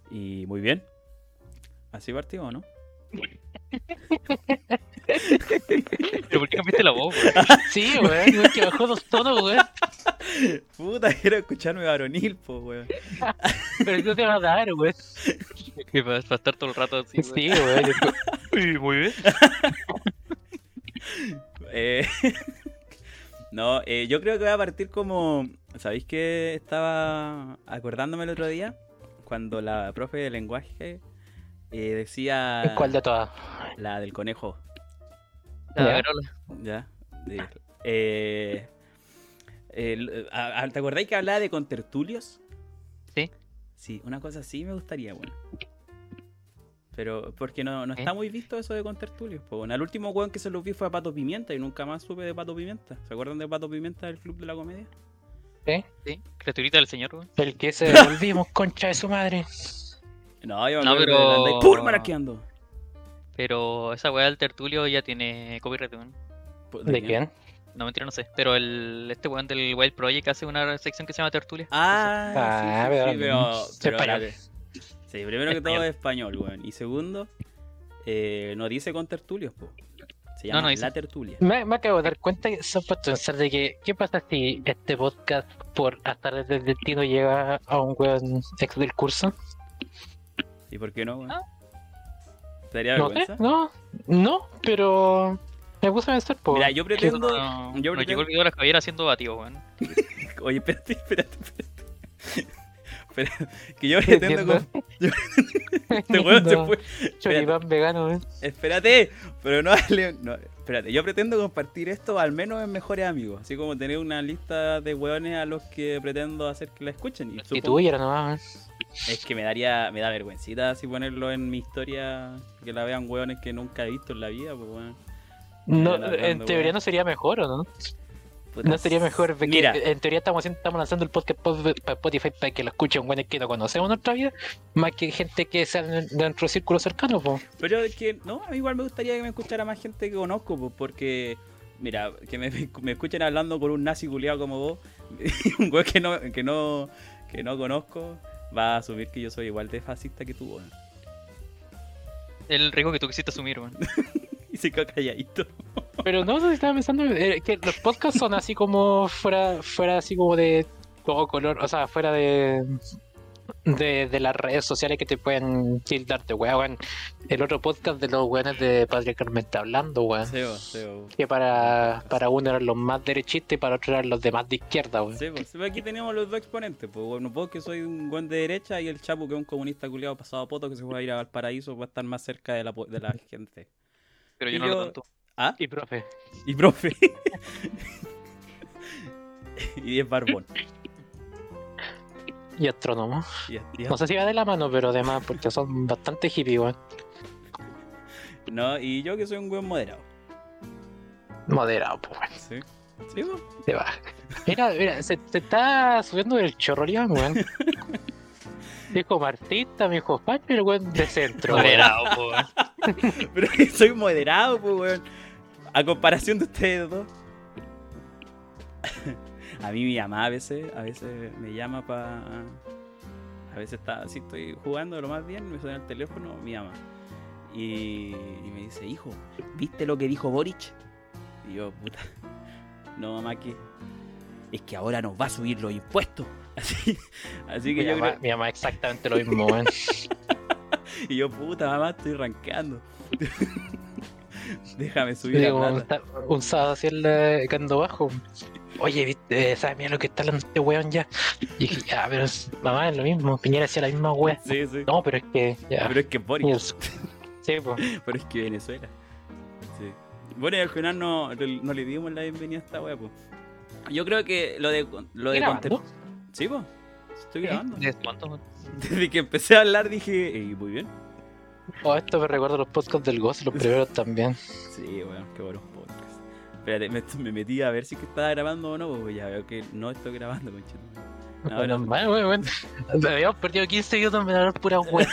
Y muy bien. Así partimos, ¿no? ¿Pero por qué cambiaste la voz, weón? Sí, weón, que bajó 2 tonos, weón. Puta, quiero escucharme varonil, po, weón. Pero eso te va a dar, weón. Que va a estar todo el rato así, weón. Sí, weón. Sí, muy bien. Eh, No, yo creo que voy a partir como... ¿Sabéis que estaba acordándome el otro día? Cuando la profe de lenguaje decía... ¿Cuál de todas? La del conejo. La Ya. Verola. ¿Ya? Sí. ¿Te acordáis que hablaba de contertulios? Sí. Sí, una cosa así me gustaría, bueno. Pero porque no está muy visto eso de contertulios. Pues bueno, el último weón que se los vi fue a Pato Pimienta y nunca más supe de Pato Pimienta. ¿Se acuerdan de Pato Pimienta del Club de la Comedia? ¿Eh? Sí, criaturita del señor, weón. El que se volvimos, concha de su madre. No, yo me No, acuerdo pero- de la Andai ¡Pur! Maraqueando. Pero esa weá del tertulio ya tiene copyright, weón. ¿De quién? No, mentira, no sé. Pero este weón del Wild Project hace una sección que se llama Tertulia. Ah, Ah, sí, pero- pero español. sí, primero que todo es español, weón. Y segundo, no dice contertulios, po. Se llama No dice. La Tertulia. Me acabo de dar cuenta que se han puesto a pensar de que ¿qué pasa si este podcast por azares del destino llega a un weón ex del curso? ¿Y por qué no, weón? Ah. ¿Te daría No sé, vergüenza? no, pero me puse a pensar, po. Mira, yo pretendo... No, yo nos llegó pretendo- el video de la Javier haciendo batido, weón. Oye, espérate. Espera, que yo pretendo... Este weón se fue. Choripán vegano, weón. Espérate, pero no, espérate, yo pretendo compartir esto al menos en mejores amigos, así como tener una lista de weones a los que pretendo hacer que la escuchen. Y Y supongo- tú y era nomás, es que me da vergüencita así ponerlo en mi historia, que la vean weones que nunca he visto en la vida, pues weón. weón. No, Hablando, en teoría weón. no sería mejor, ¿o no? Puta, No sería mejor, porque Mira, en teoría estamos lanzando el podcast para Spotify para que lo escuchen güeyes que no conocemos en nuestra vida, más que gente que sea de nuestro círculo cercano, po. pero es que, no, a mí igual me gustaría que me escuchara más gente que conozco, pues, porque, mira, que me escuchen hablando con un nazi culiado como vos, un weón que no conozco, va a asumir que yo soy igual de fascista que tú, weón. El riesgo que tú quisiste asumir, weón. Y se quedó calladito. Pero no, estaba pensando que los podcasts son así como fuera así como de todo color, o sea, fuera de las redes sociales que te pueden tildar de weón. El otro podcast de los weones de Padre Carmen está hablando, weón. Sebo. Que para uno eran los más derechistas y para otro eran los de más de izquierda, weón. Sebo, aquí tenemos los dos exponentes, pues bueno, vos que soy un buen de derecha y el Chapo que es un comunista culiado pasado a poto que se fue a ir a Valparaíso para estar más cerca de la gente. Pero Y yo no lo yo- tanto. ¿Ah? Y profe, Y profe. Y es barbón. y astrónomo. Y No sé si va de la mano, pero además porque son bastante hippie, weón. No, y yo que soy un buen moderado. Moderado, pues, weón. Sí. Sí, pues. Se va. Mira, se está subiendo el chorroleón, weón. Dijo marxista, me dijo facho, el weón de centro, weón. Moderado, po, weón. Pero que soy moderado, pues, weón. A comparación de ustedes dos. A mí mi mamá a veces me llama para... A veces está, si estoy jugando lo más bien, me suena el teléfono mi mamá. Y me dice, hijo, ¿viste lo que dijo Boric? Y yo, puta, no mamá, que es que ahora nos va a subir los impuestos. Así que yo creo... Mi mamá exactamente lo mismo, weón. Y yo, puta mamá, estoy rankeando. Déjame Y subir digo, la plata. un sábado así el cando bajo. Oye, ¿viste? ¿Sabes? Mira lo que está hablando este weón ya. Y dije, ya, pero mamá, es lo mismo. Piñera hacía la misma weá. Sí, sí. No, pero es que, ya. Pero es que es Boric. Y el- Sí, pues. Pero es que Venezuela. Sí. Bueno, y al final no le dimos la bienvenida a esta wea, pues. Yo creo que lo de ¿Grabando? Sí, pues. Estoy grabando. ¿Desde cuánto, weón? Desde que empecé a hablar dije, muy bien. Oh, esto me recuerda a los podcasts del Ghost, los primeros también. Sí, bueno, qué buenos podcasts. Espérate, me metí a ver si que estaba grabando o no, pues ya veo que no estoy grabando, conchito. Bueno, weón. Habíamos perdido 15 minutos en hablar pura weón.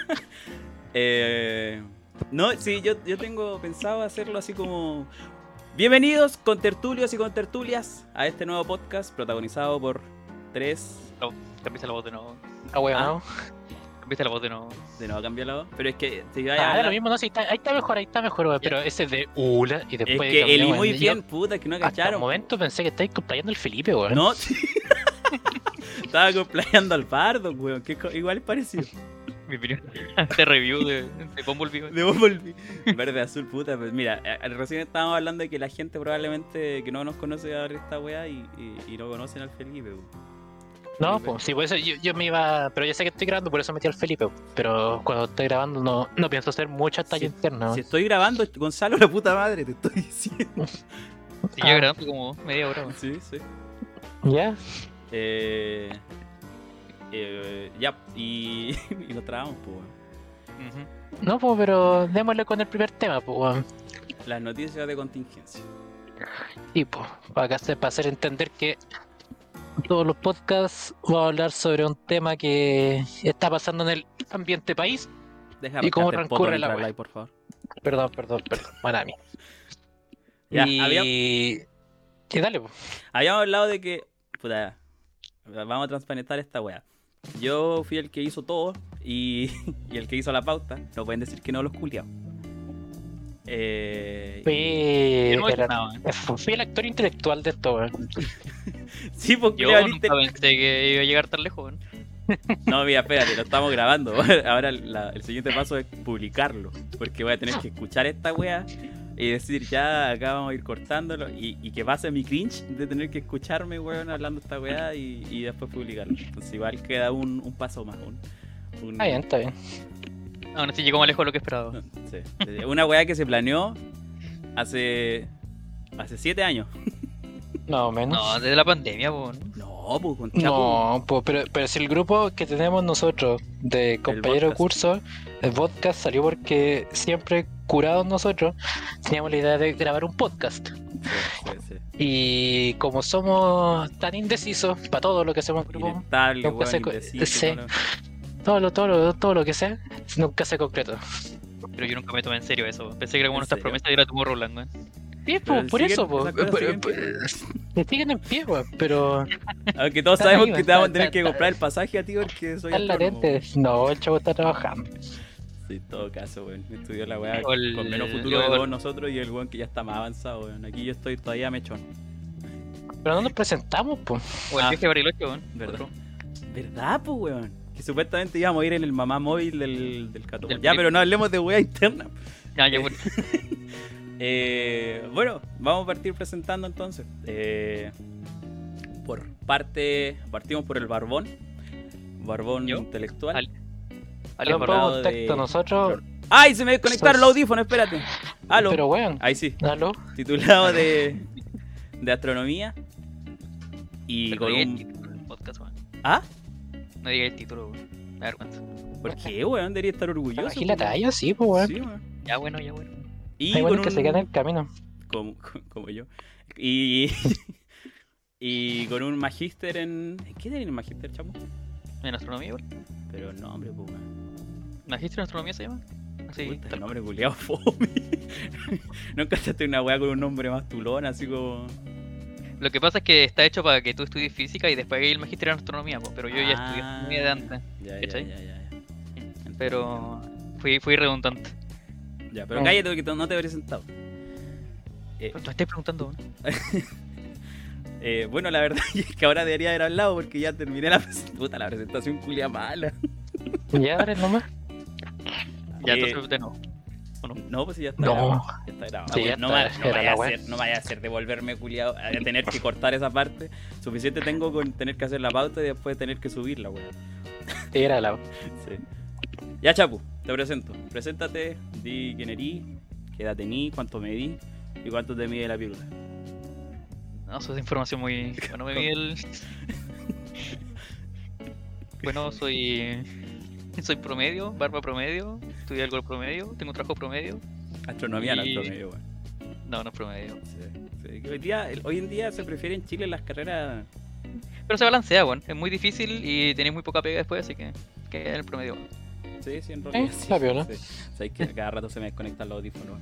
No, sí, yo tengo pensado hacerlo así como... Bienvenidos con tertulios y con tertulias a este nuevo podcast protagonizado por tres... Cambiaste la voz de nuevo. Ah, weón, ¿no? ¿Viste la voz de nuevo? De nuevo cambió la voz. Pero es que si vais a Ah, hablar- lo mismo, no, sí, ahí está mejor, weón. Pero ese de Ula y Es después. que cambió, Eli weón. muy Yo bien, puta, que no hasta el cacharon. momento pensé que estáis complayando el Felipe, weón. No, estaba complayando al Pardo, weón. Que igual es parecido. Mi opinión. Este review de Bumblebee, weón. De Bumblebee. Verde, azul, puta. Pues mira, recién estábamos hablando de que la gente probablemente que no nos conoce a esta weá y no conocen al Felipe, weón. No, Felipe. pues sí, por eso yo me iba. Pero ya sé que estoy grabando, por eso metí al Felipe. Pero cuando estoy grabando no pienso hacer mucha talla Sí, interna. Si weón. estoy grabando, Gonzalo, la puta madre, te estoy diciendo. Sigue grabando como media hora, weón. Sí, sí. ¿Ya? Ya, y nos trabamos, pues, weón. Ujú. No, pues, pero démosle con el primer tema, pues, weón. Las noticias de contingencia. Y pues, para hacer entender que todos los podcasts vamos a hablar sobre un tema que está pasando en el ambiente país. Deja ¿Y cómo rascarte el poto transcurre la mientras wea? habláis, por favor. Perdón, mala mía. Ya, Y dale, pues. Habíamos hablado de que. Puta, vamos a transparentar esta wea. Yo fui el que hizo todo y el que hizo la pauta. No pueden decir que no los culiados. Yo no he hecho nada, weón. Fui el actor intelectual de esto, weón. Sí, porque Yo nunca pensé que iba a llegar tan lejos, weón. No, mira, espérate, lo estamos grabando. Ahora el siguiente paso es publicarlo. Porque voy a tener que escuchar esta wea y decir, ya, acá vamos a ir cortándolo. Y que pase mi cringe de tener que escucharme, weón, hablando esta wea y después publicarlo. Entonces, igual queda un paso más. Está bien. Aún así llegó más lejos de lo que esperaba. Sí. Una wea que se planeó hace 7 años. No, menos. No, desde la pandemia, weón. No, pues con Chapo. No, pero si el grupo que tenemos nosotros de compañeros de podcast. curso, el podcast salió porque siempre curados nosotros teníamos la idea de grabar un podcast. Sí. Y como somos tan indecisos para todo lo que hacemos en grupo, Inestable, nunca weón, se indeciso, sí. todo lo- todo lo que sea, nunca se concretó. Pero yo nunca me tomé en serio eso. Pensé que era como ¿En nuestras serio? promesas de ir a Tomorrowland, weón. Sí, Pero por siguen- eso, esas cosas siguen que siguen en pie, weón, pero Aunque todos Está sabemos ahí, que te vamos a está- tener que está- comprar el pasaje a ti porque soy están astrónomo. latentes. No, el chavo está trabajando. Sí, en todo caso, weón. Estudió la weá O el- con menos futuro de o el- todos nosotros y el weón que ya está más avanzado, weón. Aquí yo estoy todavía mechón. Pero no nos presentamos, pues. O el Ah. viaje de Bariloche, weón. ¿Verdad? Otro. ¿Verdad, pues, weón? Que supuestamente íbamos a ir en el mamá móvil del Cato. Del Ya, Felipe. pero no hablemos de weá interna. Ya, ya, weón. Bueno, vamos a partir presentando entonces. Partimos por el Barbón. Barbón ¿Yo? intelectual. Ale. Ale, Pero por por lado contacto, de- nosotros. ¡Ay! Se me desconectaron los audífonos, espérate. Aló. Pero weón, Ahí sí. aló. Titulado de astronomía. Y Pero con no diga el un. título del podcast, weón. ¿Ah? No diga el título, weón. Me da vergüenza. ¿Por qué, weón? Debería estar orgulloso. Aquí la talla, sí, pues weón. Sí, weón. Ya, bueno, ya, bueno. Y Hay con buenos que se quedan en el camino. como yo. Y. Y con un magíster en. ¿En qué tiene el magíster, chamo? En astronomía, weón. Pero el nombre, pues, weón. ¿Magíster en astronomía se llama? Así, Puta, el tal nombre culiado fome. Nunca echaste una weá con un nombre más tulón, así como. Lo que pasa es que está hecho para que tú estudies física y después el magíster en astronomía, po, pero yo ya estudié Ah. astronomía de antes. Ya, ¿Cachai? ya. Pero fui redundante. Ya, pero cállate porque no te habría sentado. Pero te estoy preguntando, weón. Bueno, la verdad es que ahora debería haber hablado porque ya terminé la presentación. La presentación culia mala. Ya, ahora nomás. Ya, Eh, entonces de nuevo. ¿O no? No, pues sí, ya está No. grabado. Ya está grabado. Sí, Bueno, ya no, está, no era vaya la a wea. ser, no vaya a ser devolverme culiado. A tener que cortar esa parte. Suficiente tengo con tener que hacer la pauta y después tener que subirla, weón. Sí, era la. Sí. Ya, Chapu, te presento. Preséntate, di quién erí, qué edad tení, cuánto medí y cuánto te mide la pílula. No, eso es información muy. Bueno, me vi el. Bueno, soy promedio, barba promedio, estudié algo promedio, tengo un trabajo promedio. Astronomía no es Y- promedio, weón. No, no es promedio. Sí. Hoy en día se prefiere en Chile las carreras. Pero se balancea, weón. Es muy difícil y tenéis muy poca pega después, así que en el promedio. Sí, en realidad. Sí, la piola. sí. Sabéis que a cada rato se me desconectan los audífonos.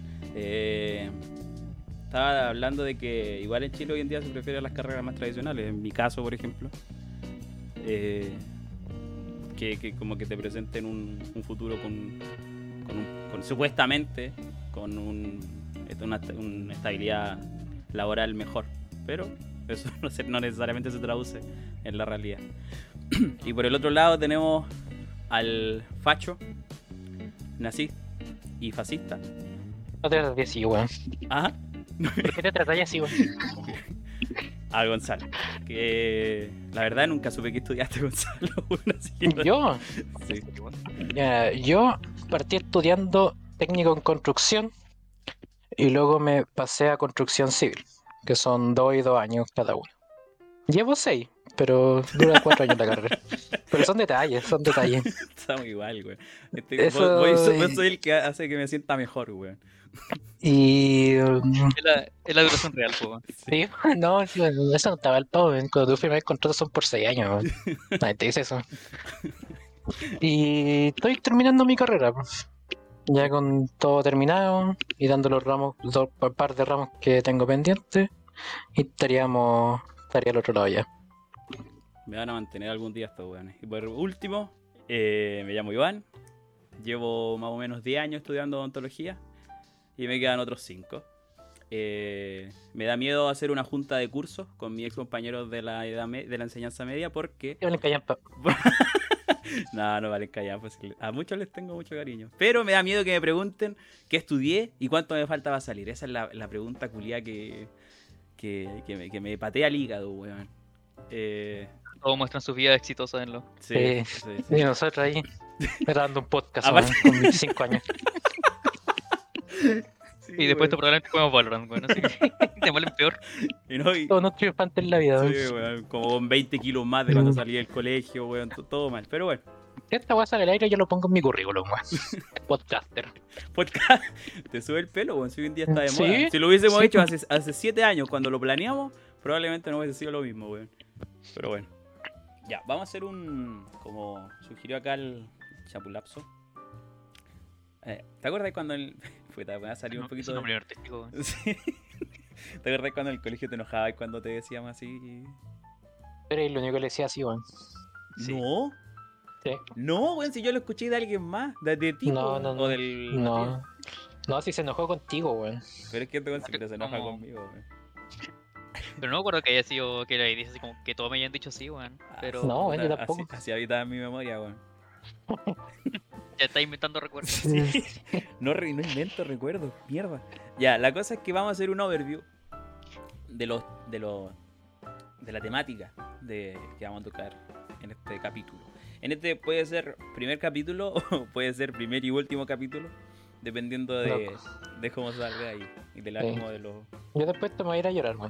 Estaba hablando de que igual en Chile hoy en día se prefiere las carreras más tradicionales. En mi caso, por ejemplo. que como que te presenten un futuro con supuestamente con una estabilidad laboral mejor, pero eso no necesariamente se traduce en la realidad. Y por el otro lado tenemos al facho, nazista y fascista. No te tratas así, weón. Ajá. ¿Por qué te tratas así, weón? A Gonzalo, que la verdad nunca supe que estudiaste, Gonzalo. Así que no- Yo, Sí. yo partí estudiando técnico en construcción y luego me pasé a construcción civil, que son 2 y 2 años cada uno. Llevo 6, pero dura 4 años la carrera. Pero son detalles, son detalles. Estamos igual, güey. Eso Vos soy el que hace que me sienta mejor, güey. Y Es la duración real, po. sí, no, sí, eso no estaba al todo. Cuando tú firmas el contrato son por 6 años. weón. Nadie te dice eso. Y estoy terminando mi carrera, pues. Ya con todo terminado y dando los ramos, par de ramos que tengo pendientes. Y estaría al otro lado ya. Me van a mantener algún día estos weones. Y por último, me llamo Iván. Llevo más o menos 10 años estudiando odontología. Y me quedan otros 5. Me da miedo hacer una junta de cursos con mis ex compañeros de la enseñanza media porque... Yo le callampa. No valen callar, pues a muchos les tengo mucho cariño. Pero me da miedo que me pregunten qué estudié y cuánto me falta para salir. Esa es la pregunta culia que me patea el hígado, weón. Todos muestran sus vidas exitosas en lo. Sí. Y nosotros ahí grabando un podcast Aparte- weón, con 25 años. Y después probablemente comemos Valorant, bueno, así que te vuelven peor. Y Todos nuestros infantes en la vida. sí, weón. weón, como con 20 kilos más de cuando salí del colegio, weón, todo mal. Pero bueno, Si esta weá sale al aire, yo lo pongo en mi currículum, weón. Podcaster. podcast, te sube el pelo, weón, si hoy en día está de Sí, moda. Si lo hubiésemos sí. hecho hace 7 años cuando lo planeamos, probablemente no hubiese sido lo mismo, weón. Pero bueno. Ya, vamos a hacer como sugirió acá el Chapulapso. ¿Te acuerdas cuando Puta, me ha salido un No, es poquito un de... nombre artístico, weón. Sí. ¿Te acuerdas cuando en el colegio te enojabas cuando te decíamos así? Pero es lo único que le decía así, weón. Sí. No, Sí. no, weón, si yo lo escuché de alguien más, de ti, No, po, no, o no. del... No. No, si se enojó contigo, weón. Pero es que este weón siempre se enoja ¿Cómo? conmigo, weón. Pero no me acuerdo que haya sido que le dice así como que todos me hayan dicho así, weón. Pero No, Puta, yo tampoco. Así habita en mi memoria, weón. ya está inventando recuerdos. Sí. No invento recuerdos, mierda. Ya, la cosa es que vamos a hacer un overview de la temática que vamos a tocar en este capítulo. En este puede ser primer capítulo o puede ser primer y último capítulo, dependiendo de cómo salga y del ánimo de los Yo después te me voy a ir a llorar, weón.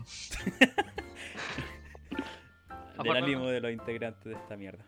del ánimo de los integrantes de esta mierda.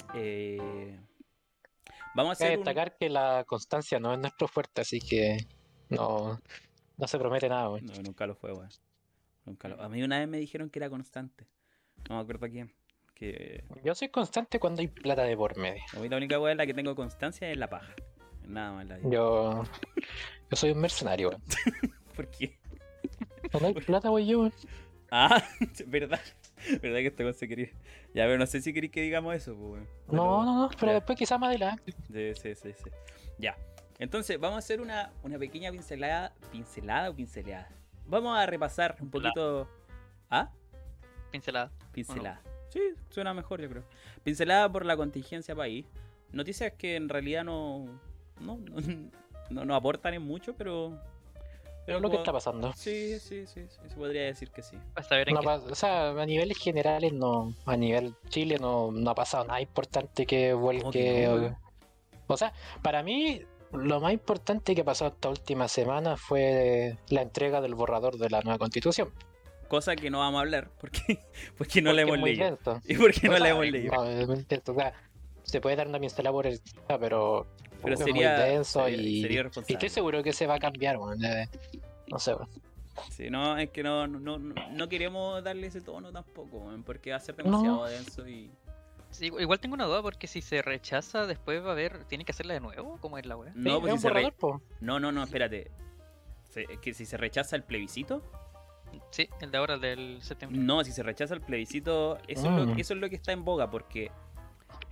Vamos a Cabe hacer destacar que la constancia no es nuestro fuerte, así que no se promete nada, weón. No, nunca lo fue, weón. A mí una vez me dijeron que era constante. No me acuerdo a quién. Que Yo soy constante cuando hay plata de por medio. a mí la única weá en la que tengo constancia es la paja. Nada más en la vida. Yo soy un mercenario, weón. ¿Por qué? Cuando hay plata, weón, yo, weón. Ah, verdad. Verdad que este weón se quería. Ya, pero no sé si queréis que digamos eso, pues, weón. No, pero ya. después quizás más adelante. Sí. Ya. Entonces, vamos a hacer una pequeña pincelada. ¿Pincelada o pinceleada? Vamos a repasar un poquito. ¿Ah? Pincelada. Pincelada. Sí, suena mejor, yo creo. Pincelada por la contingencia país. Noticias que en realidad no aportan en mucho, pero Pero lo que está pasando. Sí, se podría decir que sí. Para saber en No qué. o sea, a niveles generales, no, a nivel Chile no ha pasado nada importante que vuelque. que no? O sea, para mí, lo más importante que pasó esta última semana fue la entrega del borrador de la nueva constitución. Cosa que no vamos a hablar porque no la Porque hemos es muy leído. lento. Y porque no O la sea, hemos leído. no, es muy lento, o sea, se puede dar una pincelada por el pero es sería, muy denso sería y irresponsable. estoy seguro que se va a cambiar, weón. No sé, weón. Sí, no, es que no queremos darle ese tono tampoco, weón, porque va a ser demasiado denso y... Sí, igual tengo una duda porque si se rechaza después va a haber, tiene que hacerla de nuevo, ¿cómo es la wea? No, Sí, pues es si un borrador, po. No, espérate. Que si se rechaza el plebiscito... Sí, el de ahora, el del septiembre. No, si se rechaza el plebiscito, eso es lo que está en boga, porque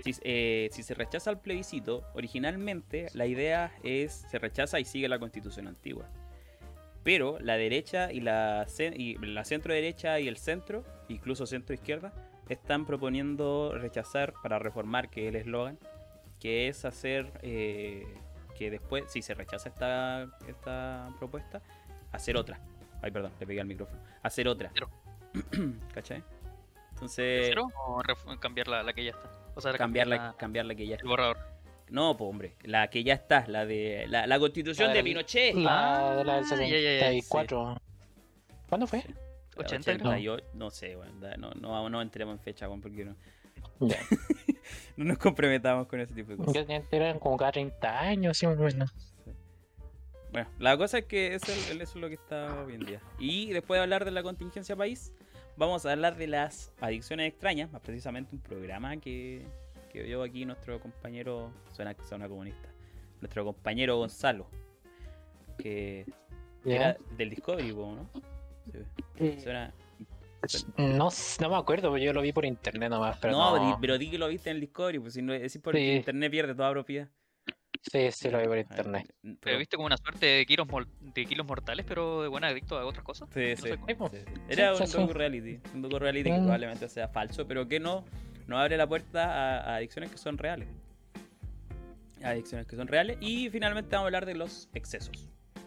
si se rechaza el plebiscito, originalmente la idea es se rechaza y sigue la constitución antigua. Pero la derecha y la centro derecha y el centro, incluso centro izquierda, están proponiendo rechazar para reformar, que es el eslogan, que es hacer que después, si se rechaza esta propuesta, hacer otra. Ay, perdón, le pegué al micrófono. Hacer otra. Cero. ¿Cachai? Entonces, ¿Cero o cambiar la que ya está? O sea, cambiar la que ya el está. borrador. No, pues hombre, la que ya está, la constitución de Pinochet. La del ya, ya, ya, 74. ¿Cuándo fue? 80, creo. 88, no sé, bueno, no entremos en fecha, bueno, porque no Ya. nos comprometamos con ese tipo de cosas. Yo tenía que eran como cada 30 años, así más o menos. Bueno, la cosa es que eso es lo que está hoy en día. Y después de hablar de la contingencia país, vamos a hablar de las adicciones extrañas, más precisamente un programa que vio aquí nuestro compañero, suena comunista, nuestro compañero Gonzalo, que era del Discovery, ¿no? Sí. Suena... No me acuerdo, pero yo lo vi por internet nomás. Pero no, pero di que lo viste en el Discovery, pues si no es por Sí. internet pierde toda propiedad. Sí, lo vi por internet. Pero viste como una suerte de kilos mortales, pero de buen adicto a otras cosas. Sí, No sí. sé cómo. Sí. Era Sí, un sí. docu-reality. Un docu-reality que probablemente sea falso, pero que no abre la puerta a adicciones que son reales. Adicciones que son reales. Y finalmente vamos a hablar de los excesos.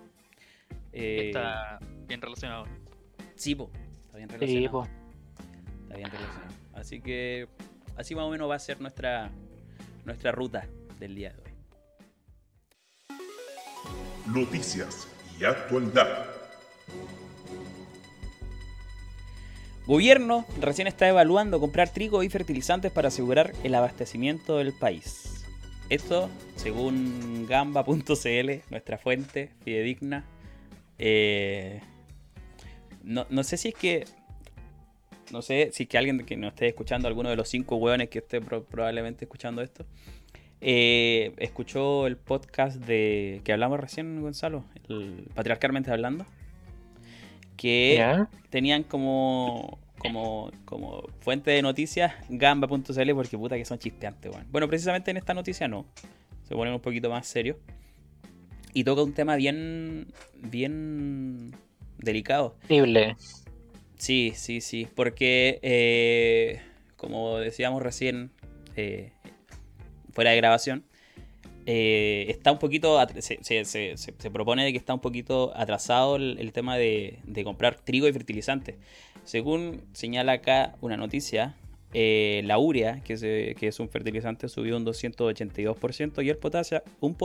Está bien relacionado. Sí, po. Está bien Sí, relacionado. po. Está bien relacionado. Así que así más o menos va a ser nuestra ruta del día de hoy. Noticias y actualidad. Gobierno recién está evaluando comprar trigo y fertilizantes para asegurar el abastecimiento del país. Esto, según gamba.cl, nuestra fuente fidedigna. No sé si es que alguien que nos esté escuchando, alguno de los 5 hueones que esté probablemente escuchando esto, escuchó el podcast que hablamos recién, Gonzalo, el Patriarcalmente Hablando, que ¿Ya? tenían como fuente de noticias gamba.cl, porque puta que son chispeantes, weón. Bueno, precisamente en esta noticia no, se ponen un poquito más serio y toca un tema bien delicado. Horrible. Sí, porque como decíamos recién fuera de grabación, está un poquito se propone de que está un poquito atrasado el tema de comprar trigo y fertilizantes. Según señala acá una noticia, la urea, que es un fertilizante, subió un 282% y el potasio un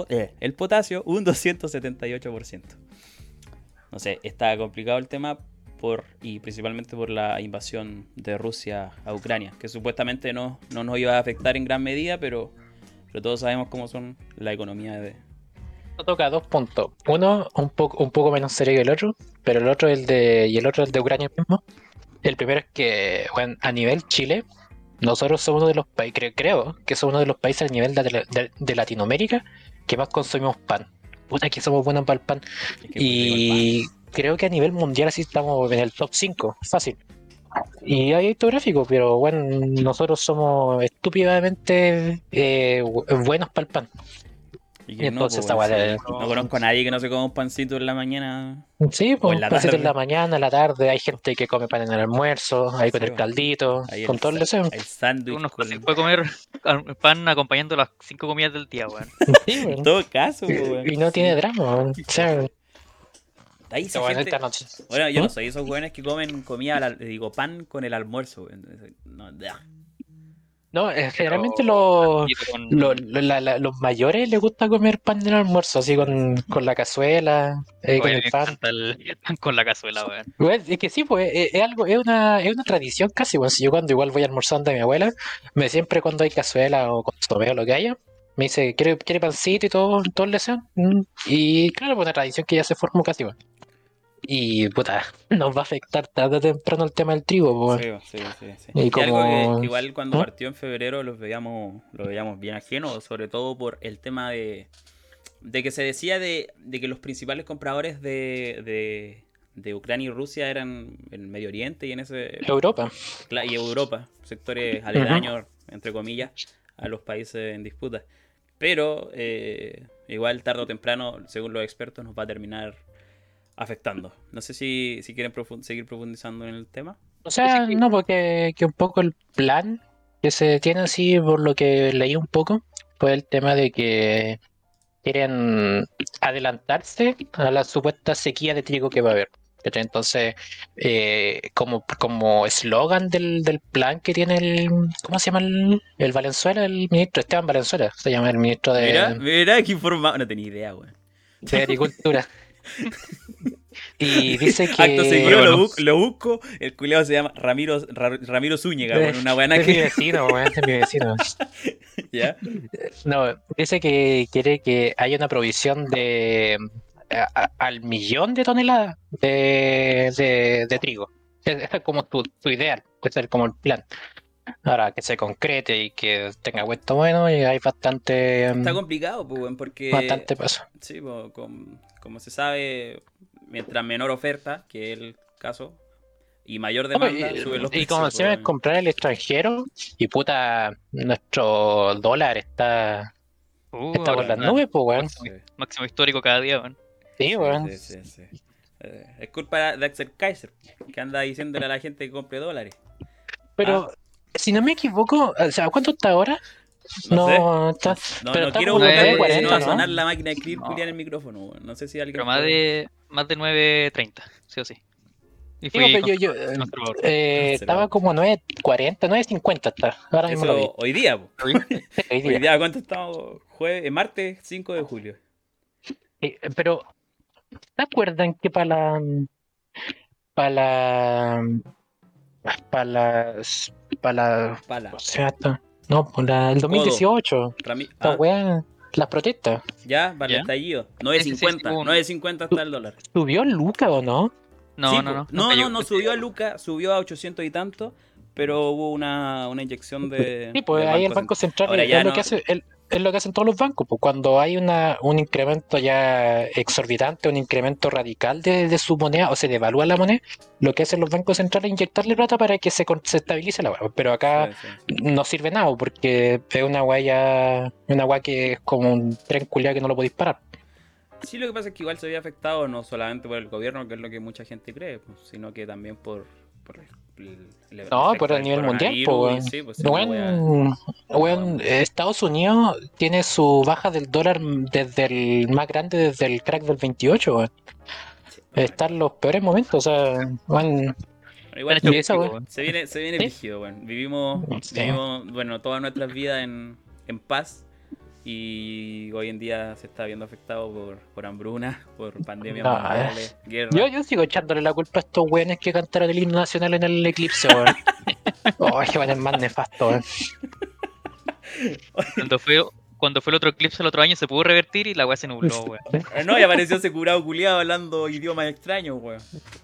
278%. No sé, está complicado el tema y principalmente por la invasión de Rusia a Ucrania, que supuestamente no nos iba a afectar en gran medida, pero todos sabemos cómo son la economía de... Esto toca 2 puntos. Uno, un poco menos serio que el otro, pero el otro el de Ucrania mismo. El primero es que, bueno, a nivel Chile, nosotros somos uno de los países, creo que somos uno de los países a nivel de Latinoamérica que más consumimos pan. Puta que somos buenos para el pan. Es que Y creo que a nivel mundial así estamos en el top 5, fácil. Y hay gráfico, pero bueno, nosotros somos estúpidamente buenos para el pan. Y Y que entonces pues, esta sí, weá no conozco a nadie que no se coma un pancito en la mañana. Sí, O pues en la pancito en tarde. la mañana, en la tarde, hay gente que come pan en el almuerzo, ahí con Sí, el caldito, ahí con todo el deseo. el sándwich Uno con... puede comer pan acompañando las 5 comidas del día, weón. Sí, En weón. todo caso, weón. Y no tiene drama, weón. O sea, Ahí esa bueno, gente... esta noche. Bueno, yo no soy esos weones que comen pan con el almuerzo, weón. No, No, generalmente Pero, los mayores les gusta comer pan en el almuerzo, así con la cazuela, con Oye, el me pan. encanta el pan con la cazuela, weón. Weón, es que sí, pues es algo, es una tradición casi, bueno, si yo cuando igual voy almorzando a mi abuela, siempre cuando hay cazuela o consomé o lo que haya, me dice, ¿quiere pancito y todo el deseo? Y claro, pues una tradición que ya se formó casi, bueno. Y puta, nos va a afectar tarde o temprano el tema del trigo, pues. Sí. Y Y algo como... que igual cuando ¿Mm? partió en febrero lo veíamos bien ajeno, sobre todo por el tema de que se decía de que los principales compradores de Ucrania y Rusia eran en Medio Oriente y en ese Europa. y Europa, sectores aledaños, entre comillas, a los países en disputa. Pero igual tarde o temprano, según los expertos, nos va a terminar afectando. No sé si quieren seguir profundizando en el tema. O sea, no, porque que un poco el plan que se tiene así, por lo que leí un poco, fue el tema de que quieren adelantarse a la supuesta sequía de trigo que va a haber. ¿Cachai? Entonces, como eslogan del plan que tiene ¿cómo se llama el Valenzuela? El ministro Esteban Valenzuela, se llama el ministro Mira que informado. No tenía idea, weón. de Agricultura. Y dice que... Acto seguido lo busco. El culiao se llama Ramiro Zúñiga, weón. Una buena Es mi que. vecino, weón, es mi vecino. ¿Ya? No, dice que quiere que haya una provisión de al millón de toneladas de trigo. Es como tu ideal, es como el plan. Ahora que se concrete y que tenga puesto bueno, y hay Está complicado, pues, weón, porque. bastante paso. Sí, pues, como se sabe, mientras menor oferta, que es el caso, y mayor demanda, suben los Y precios. como se pues, ve comprar el extranjero, y puta, nuestro dólar está por ahora, las nubes, pues, weón. máximo histórico cada día, weón. Sí, weón. Sí. Es culpa de Axel Kaiser, que anda diciéndole a la gente que compre dólares. Pero, si no me equivoco, o sea, ¿cuánto está ahora? No sé. Está, No, pero no está quiero como buscar, 9.40, si no va a ¿no? sonar la máquina de escribir No. culiar en el micrófono, weón. No sé si alguien. Pero más de 9.30, sí o sí. Y Digo, fui pero yo conservador. estaba como 9.40, 9.50 está. Ahora mismo lo vi. Eso hoy día, po. Hoy Hoy día. día, ¿cuánto estamos? Martes 5 de julio. Pero, ¿te acuerdan que para la, para las, Pala. o sea, no, el 2018, esta weá, las protestas, Ya, para el ¿Ya? estallido. Sí, 9.50. hubo un- 9.50 está el dólar. ¿subió Luca o no? No, Sí, no, po. no. cayó. No subió a Luca, subió a 800 y tanto, pero hubo una inyección de. Sí, pues del ahí el Banco Central Ahora es ya lo no. que hace, es lo que hacen todos los bancos, pues cuando hay un incremento ya exorbitante, un incremento radical de su moneda, o se devalúa la moneda, lo que hacen los bancos centrales es inyectarle plata para que se estabilice la hueá. Pero acá Sí. no sirve nada, porque es una hueá que es como un tren culiado que no lo podéis parar. Sí, lo que pasa es que igual se había afectado no solamente por el gobierno, que es lo que mucha gente cree, pues, sino que también por No, efecto pero a del nivel mundial, coronavirus, pues, y weón. sí, pues, es una wea- Weón, Estados Unidos tiene su baja del dólar desde el más grande, desde el crack del 28, weón. Sí, Están los peores momentos, o sea, weón, pero igual y esa, weón. weón. se viene ¿Sí? brígido, bueno. Vivimos, Sí. bueno, todas nuestras vidas en paz. Y hoy en día se está viendo afectado por hambruna, por pandemias No, mundiales, guerra. Yo sigo echándole la culpa a estos weones que cantaron el himno nacional en el eclipse, weón. Oh, que van más nefasto, weón. Cuando fue el otro eclipse el otro año se pudo revertir y la weá se nubló, weón. No, y apareció ese curado culiado hablando idiomas extraños, weón.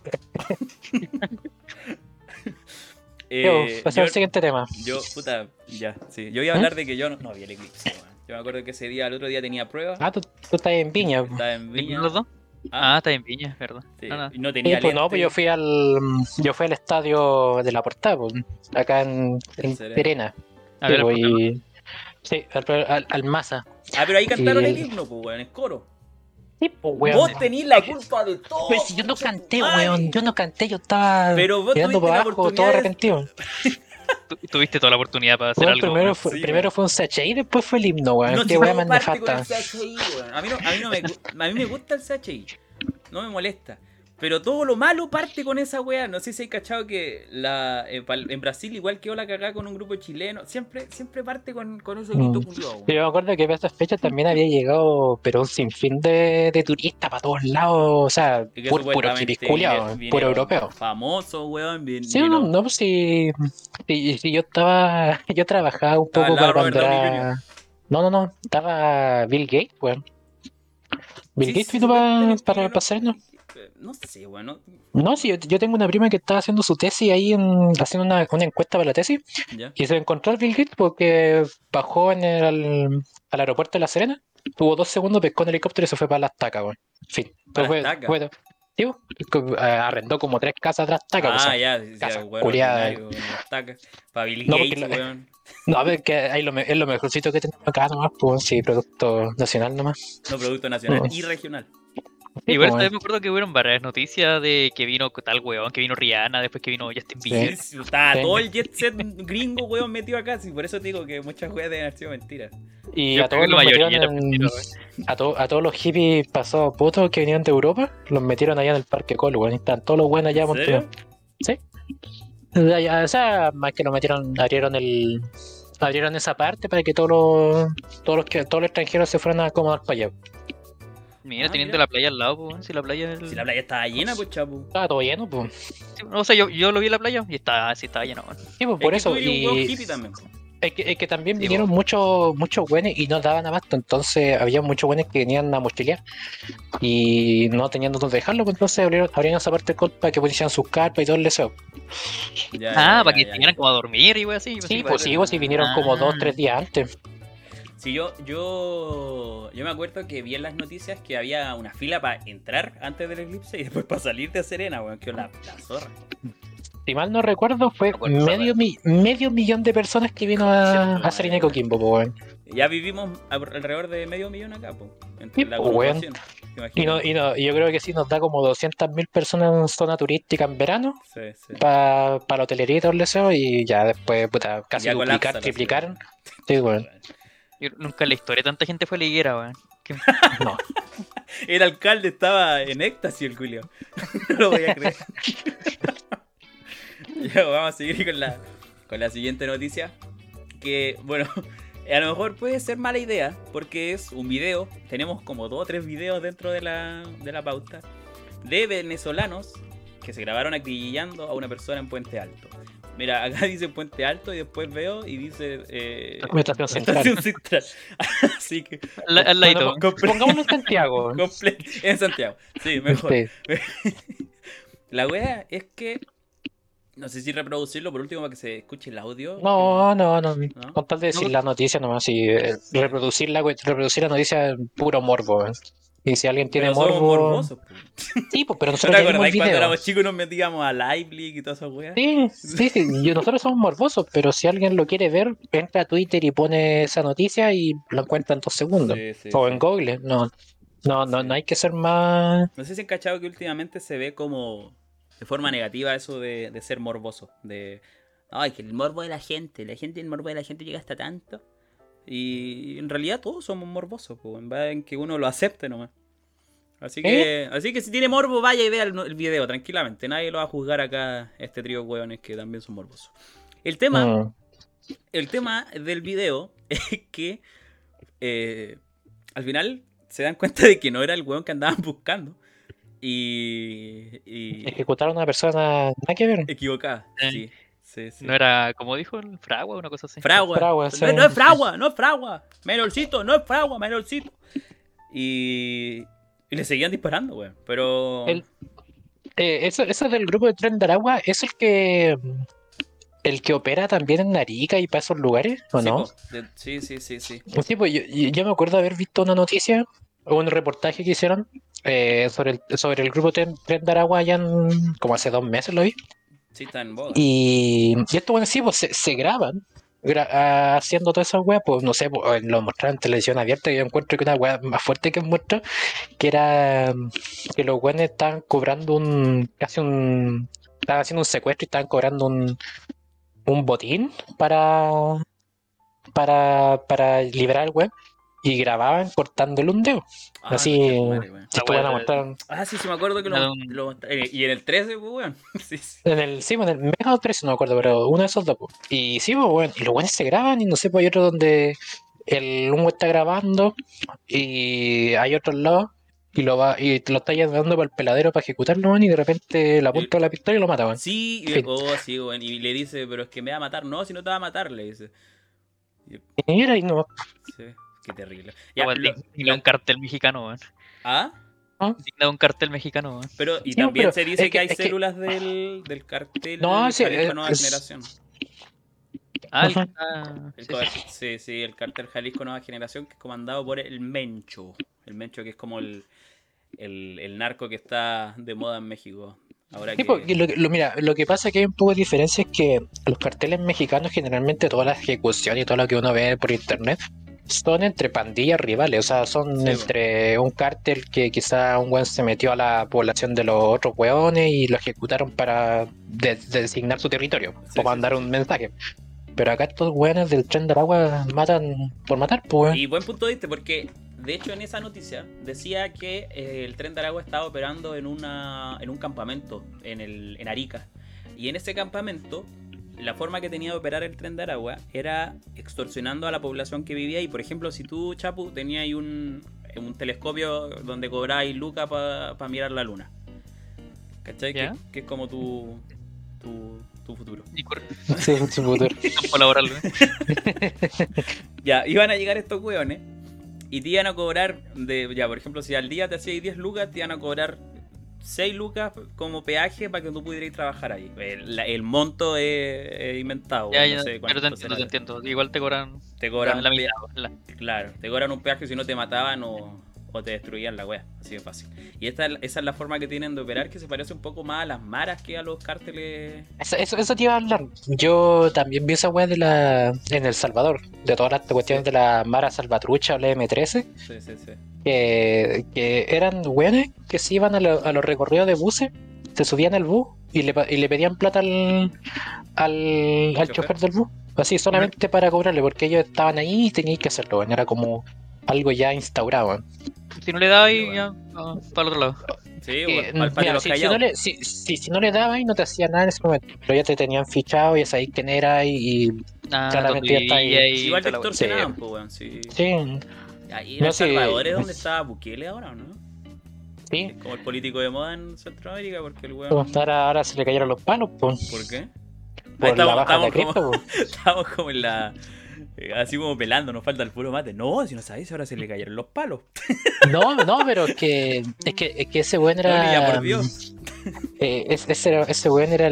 Pasemos al siguiente tema. Puta, ya, sí. Yo iba a hablar de que yo no vi el eclipse, weón. Yo me acuerdo que el otro día tenía pruebas. Ah, tú estás en Viña. Estaba en Viña. ¿Ninguno de los dos? Ah, Está en Viña, es verdad. sí, No, no. y no Sí, tenía pues no, lente. pues yo fui al estadio de la Portada, pues, acá en Serena. Serena. A Sí, ver, pues, sí, al Massa. Ah, pero ahí cantaron Y el himno, pues, weón, es coro. Sí, pues, weón. Vos tenés la culpa de todo. Pero si yo no concha tu canté, madre. weón. Yo no canté, yo estaba Pero vos mirando tuviste para la abajo, oportunidad todo de- arrepentido. Tuviste toda la oportunidad para hacer Weón, algo. primero weón. fue, Sí, primero weón. fue un CHI y después fue el himno, weón. No, Qué si weá todo más parte con el nefasta. CHI, weón. A mí me gusta el CHI. No me molesta. Pero todo lo malo parte con esa weá. No sé si hay cachado que en Brasil igual quedó la cagada con un grupo chileno. Siempre parte con ese grito culiao, Yo me acuerdo que para esas fechas también había llegado, pero un sinfín de turistas para todos lados. O sea, Y que puro supuestamente hippisculiao, puro vinieron europeo. famosos, weón. Sí, no, no, pues si yo trabajaba un Estaba poco al lado para Robert cuando Downey era... No, estaba Bill Gates, weón. Bill Gates vino para pasarnos. No sé, weón. No, sí, yo tengo una prima que estaba haciendo su tesis ahí, haciendo una encuesta para la tesis, Ya. y se encontró al Bill Gates porque bajó al aeropuerto de La Serena, tuvo 2 segundos, pescó un helicóptero y se fue para las tacas, weón. En fin, ¿Para fue, las tacas? fue- Sí, arrendó como 3 casas tras Taca, pues, Ah, ya, sí, casa weón culiada. ordinario, weón, las tacas. Para Bill No, porque Gates, weón. no, a ver, que ahí es lo mejorcito que tenemos acá nomás, pues, sí, producto nacional nomás. No, producto nacional Mm. y regional. Sí, Igual pues, esta vez me acuerdo que hubieron varias noticias de que vino tal weón, que vino Rihanna, después que vino Justin Sí. Bieber. Sí, estaba Sí. todo el jet set gringo, weón, metido acá. Sí, por eso te digo que muchas weas deben haber sido mentiras. y Yo a creo todos que la los metieron mayoría era en. mentira, weón. A todos los hippies pasados putos que venían de Europa, los metieron allá en el Parque Col, weón. Y están todos los buenos allá ¿En amontonados. serio? Sí. O sea, más que lo metieron, abrieron esa parte para que todos los extranjeros se fueran a acomodar para allá. Mira, Ah, teniendo mira. la playa al lado, pues, weón, si la playa es el- Si la playa estaba llena, pues chapu. Estaba todo lleno, pues. Sí, o sea, yo lo vi en la playa y sí estaba lleno, weón. Sí, pues Es por que eso. tú eres un weón Y hippie también. Po. es que también Sí, vinieron muchos güeyes y no daban abasto. Entonces había muchos güeyes que venían a mochilear y no tenían dónde dejarlo. Pues entonces abrieron esa parte del Col para que pusieran sus carpas y todo el deseo. Ya, Ah, ya, para ya, que ya, vinieran ya. como a dormir y wey así. Sí, pues sí, vinieron como 2-3 días antes. Sí, yo me acuerdo que vi en las noticias que había una fila para entrar antes del eclipse y después para salir de Serena, weón, que la zorra. Si mal no recuerdo, fue Me acuerdo esa medio millón de personas que vino a Serena y Coquimbo, po, weón. Ya vivimos alrededor de medio millón acá, po, entre Sí, la po, weón. conurbación. Y yo creo que sí nos da como 200.000 personas en zona turística en verano Sí, sí. para la hotelería y todo el deseo y ya después, puta, casi Ya colapsa la triplicaron. ciudad. Sí, weón. Yo nunca en la historia tanta gente fue a la higuera, weón. No. El alcalde estaba en éxtasis, el Julio. No lo voy a creer. Ya, vamos a seguir con la siguiente noticia. Que, bueno, a lo mejor puede ser mala idea, porque es un video. Tenemos como 2 o 3 videos dentro de la pauta de venezolanos que se grabaron acribillando a una persona en Puente Alto. Mira, acá dice Puente Alto y después veo y dice Estación Central. Estación Central. Así que Al ladito. Bueno, pongámoslo en Santiago. en Santiago. Sí, mejor. Sí. La wea es que no sé si reproducirlo por último para que se escuche el audio. No. ¿No? Con tal de decir No. la noticia nomás, y reproducir la noticia es puro morbo, weón. Y si alguien tiene Pero somos morbo. morbosos, po. Sí, pues, pero ¿No nosotros te ya vimos el acordás cuando video. éramos chicos y nos metíamos a LiveLeak y todas esas weas? Sí, nosotros somos morbosos, pero si alguien lo quiere ver, entra a Twitter y pone esa noticia y lo encuentra en 2 segundos. Sí, O sí. en Google, no hay que ser más. No sé si han cachado que últimamente se ve como de forma negativa eso de ser morboso. De, ay, que el morbo de la gente, el morbo de la gente llega hasta tanto. Y en realidad todos somos morbosos, pues, en que uno lo acepte nomás. Así que si tiene morbo, vaya y vea el video tranquilamente. Nadie lo va a juzgar acá, este trío de hueones que también son morbosos. El tema del video es que al final se dan cuenta de que no era el hueón que andaban buscando. Y Ejecutar a una persona, nada que ver. equivocada, sí. No era, como dijo el Fragua, una cosa así. Fragua. Fragua, No, sí. no es fragua, no es fragua. Menorcito, no es fragua, menorcito. Y le seguían disparando, weón. Pero. Eso del grupo de Tren de Aragua es el que opera también en Arica y para esos lugares, ¿o sí, no? po, sí. Sí, pues yo me acuerdo de haber visto una noticia o un reportaje que hicieron sobre el grupo Tren de Aragua allá como hace 2 meses lo vi. Sí, está en boga. Y esto, bueno, sí, pues se graban haciendo todas esas weas, pues no sé, pues, lo mostraron en televisión abierta y yo encuentro que una wea más fuerte que muestra, que era que los weones estaban cobrando estaban haciendo un secuestro y estaban cobrando un botín para liberar al weón y grababan cortándole un dedo. Ah, Así, concha tu madre, weón. esto van a mostrar Sí, me acuerdo que y en el 13, pues, weón. Sí. en el Mega o 13, no me acuerdo, pero uno de esos dos. Pues. Y sí, pues, bueno, y los buenos se graban y no sé, pues hay otro donde un güey está grabando y hay otro al lado y lo está llevando para el peladero para ejecutarlo, weón, y de repente le apunta la pistola y lo mata, weón. Sí, Fin. sí, weón. Y le dice, pero es que me va a matar. No, si no te va a matar, le dice. Y mira, y no. Sí, qué terrible. Digna un cartel mexicano, weón. ¿Ah? Digna un cartel mexicano, weón. Pero, y Sí, también pero se dice es que hay que- células del cartel No, sí, Jalisco Nueva es- Generación. Ah, Ajá. Sí, el cartel Jalisco Nueva Generación, que es comandado por el Mencho. El Mencho, que es como el el narco que está de moda en México. Ahora Sí, porque mira, lo que pasa que hay un poco de diferencia es que los carteles mexicanos generalmente toda la ejecución y todo lo que uno ve por internet son entre pandillas rivales, o sea, son Sí, entre un cártel que quizá un weón se metió a la población de los otros weones y lo ejecutaron para designar su territorio Sí, o mandar sí. un mensaje. Pero acá estos weones del Tren de Aragua matan por matar, pues weón. Y buen punto viste, porque de hecho en esa noticia decía que el Tren de Aragua estaba operando en un campamento en Arica. Y en ese campamento, la forma que tenía de operar el Tren de Aragua era extorsionando a la población que vivía ahí. Por ejemplo, si tú, Chapu, tenías ahí un telescopio donde cobrabas lucas para mirar la luna. ¿Cachai? ¿Ya? Que es como tu futuro. Y Sí, su futuro. campo laboral, ¿eh? Ya, iban a llegar estos hueones y te iban a cobrar, ya, por ejemplo, si al día te hacías 10 lucas, te iban a cobrar 6 lucas como peaje para que tú pudieras trabajar ahí. El monto es inventado, Ya, no ya, sé pero cuánto te será. entiendo. Igual te cobran Te cobran la un mitad. claro, te cobran un peaje si no te mataban o te destruían la wea, así de fácil. Y esa es la forma que tienen de operar, que se parece un poco más a las maras que a los cárteles. Eso te iba a hablar. Yo también vi esa weá en El Salvador, de todas las cuestiones Sí. de la Mara Salvatrucha o la M13, Sí, sí, sí. que eran weones que se iban a los recorridos de buses, se subían al bus y le pedían plata al ¿Chofer? chofer del bus, así solamente para cobrarle, porque ellos estaban ahí y tenían que hacerlo, weón. Era como algo ya instaurado, weón. Si no le das Sí, ahí, bueno. ya, para el otro lado. Sí, para el patio de Mira, los si callados. no le dabas y no te hacía nada en ese momento, pero ya te tenían fichado, ya sabías quién era y Ah, donde claramente ya está ahí. vivía y Igual te toda la wea. extorsionaban, pues, weón. Sí. Sí, Ahí en no El sé. Salvador es donde está Bukele ahora, ¿o no? Sí, Es como el político de moda en Centroamérica, porque el pues weón. ahora se le cayeron los palos, pues, ¿Por qué? por Ahí la baja de la estamos como, cripto, pues. estamos como en la. Así como pelando, nos falta el puro mate. No, si no sabéis, ahora se le cayeron los palos. No, pero es que ese weón No, ni ya era. por Dios. Ese weón era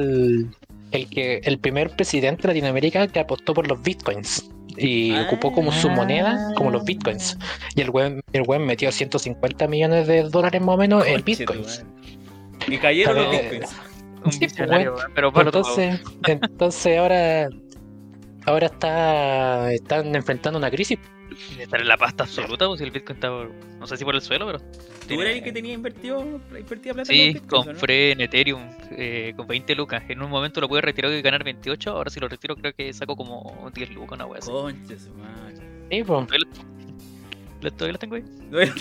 el primer presidente de Latinoamérica que apostó por los bitcoins. Y ocupó como su moneda, como los bitcoins. Y el weón metió 150 millones de dólares más o menos en Conche tu bitcoins. madre. Y cayeron los bitcoins. Un Sí, pues, visionario, weón, pero para otro lado. Entonces ahora están enfrentando una crisis. Estar en la pasta absoluta, pues si el Bitcoin está, no sé si por el suelo, pero. ¿Tú eras el que tenía invertida plata en los Sí, bitcoins, o no? compré en Ethereum con 20 lucas. En un momento lo pude retirar y ganar 28. Ahora si lo retiro creo que saco como 10 lucas, una wea así. Conche su madre. Sí, pues. Todavía lo tengo ahí.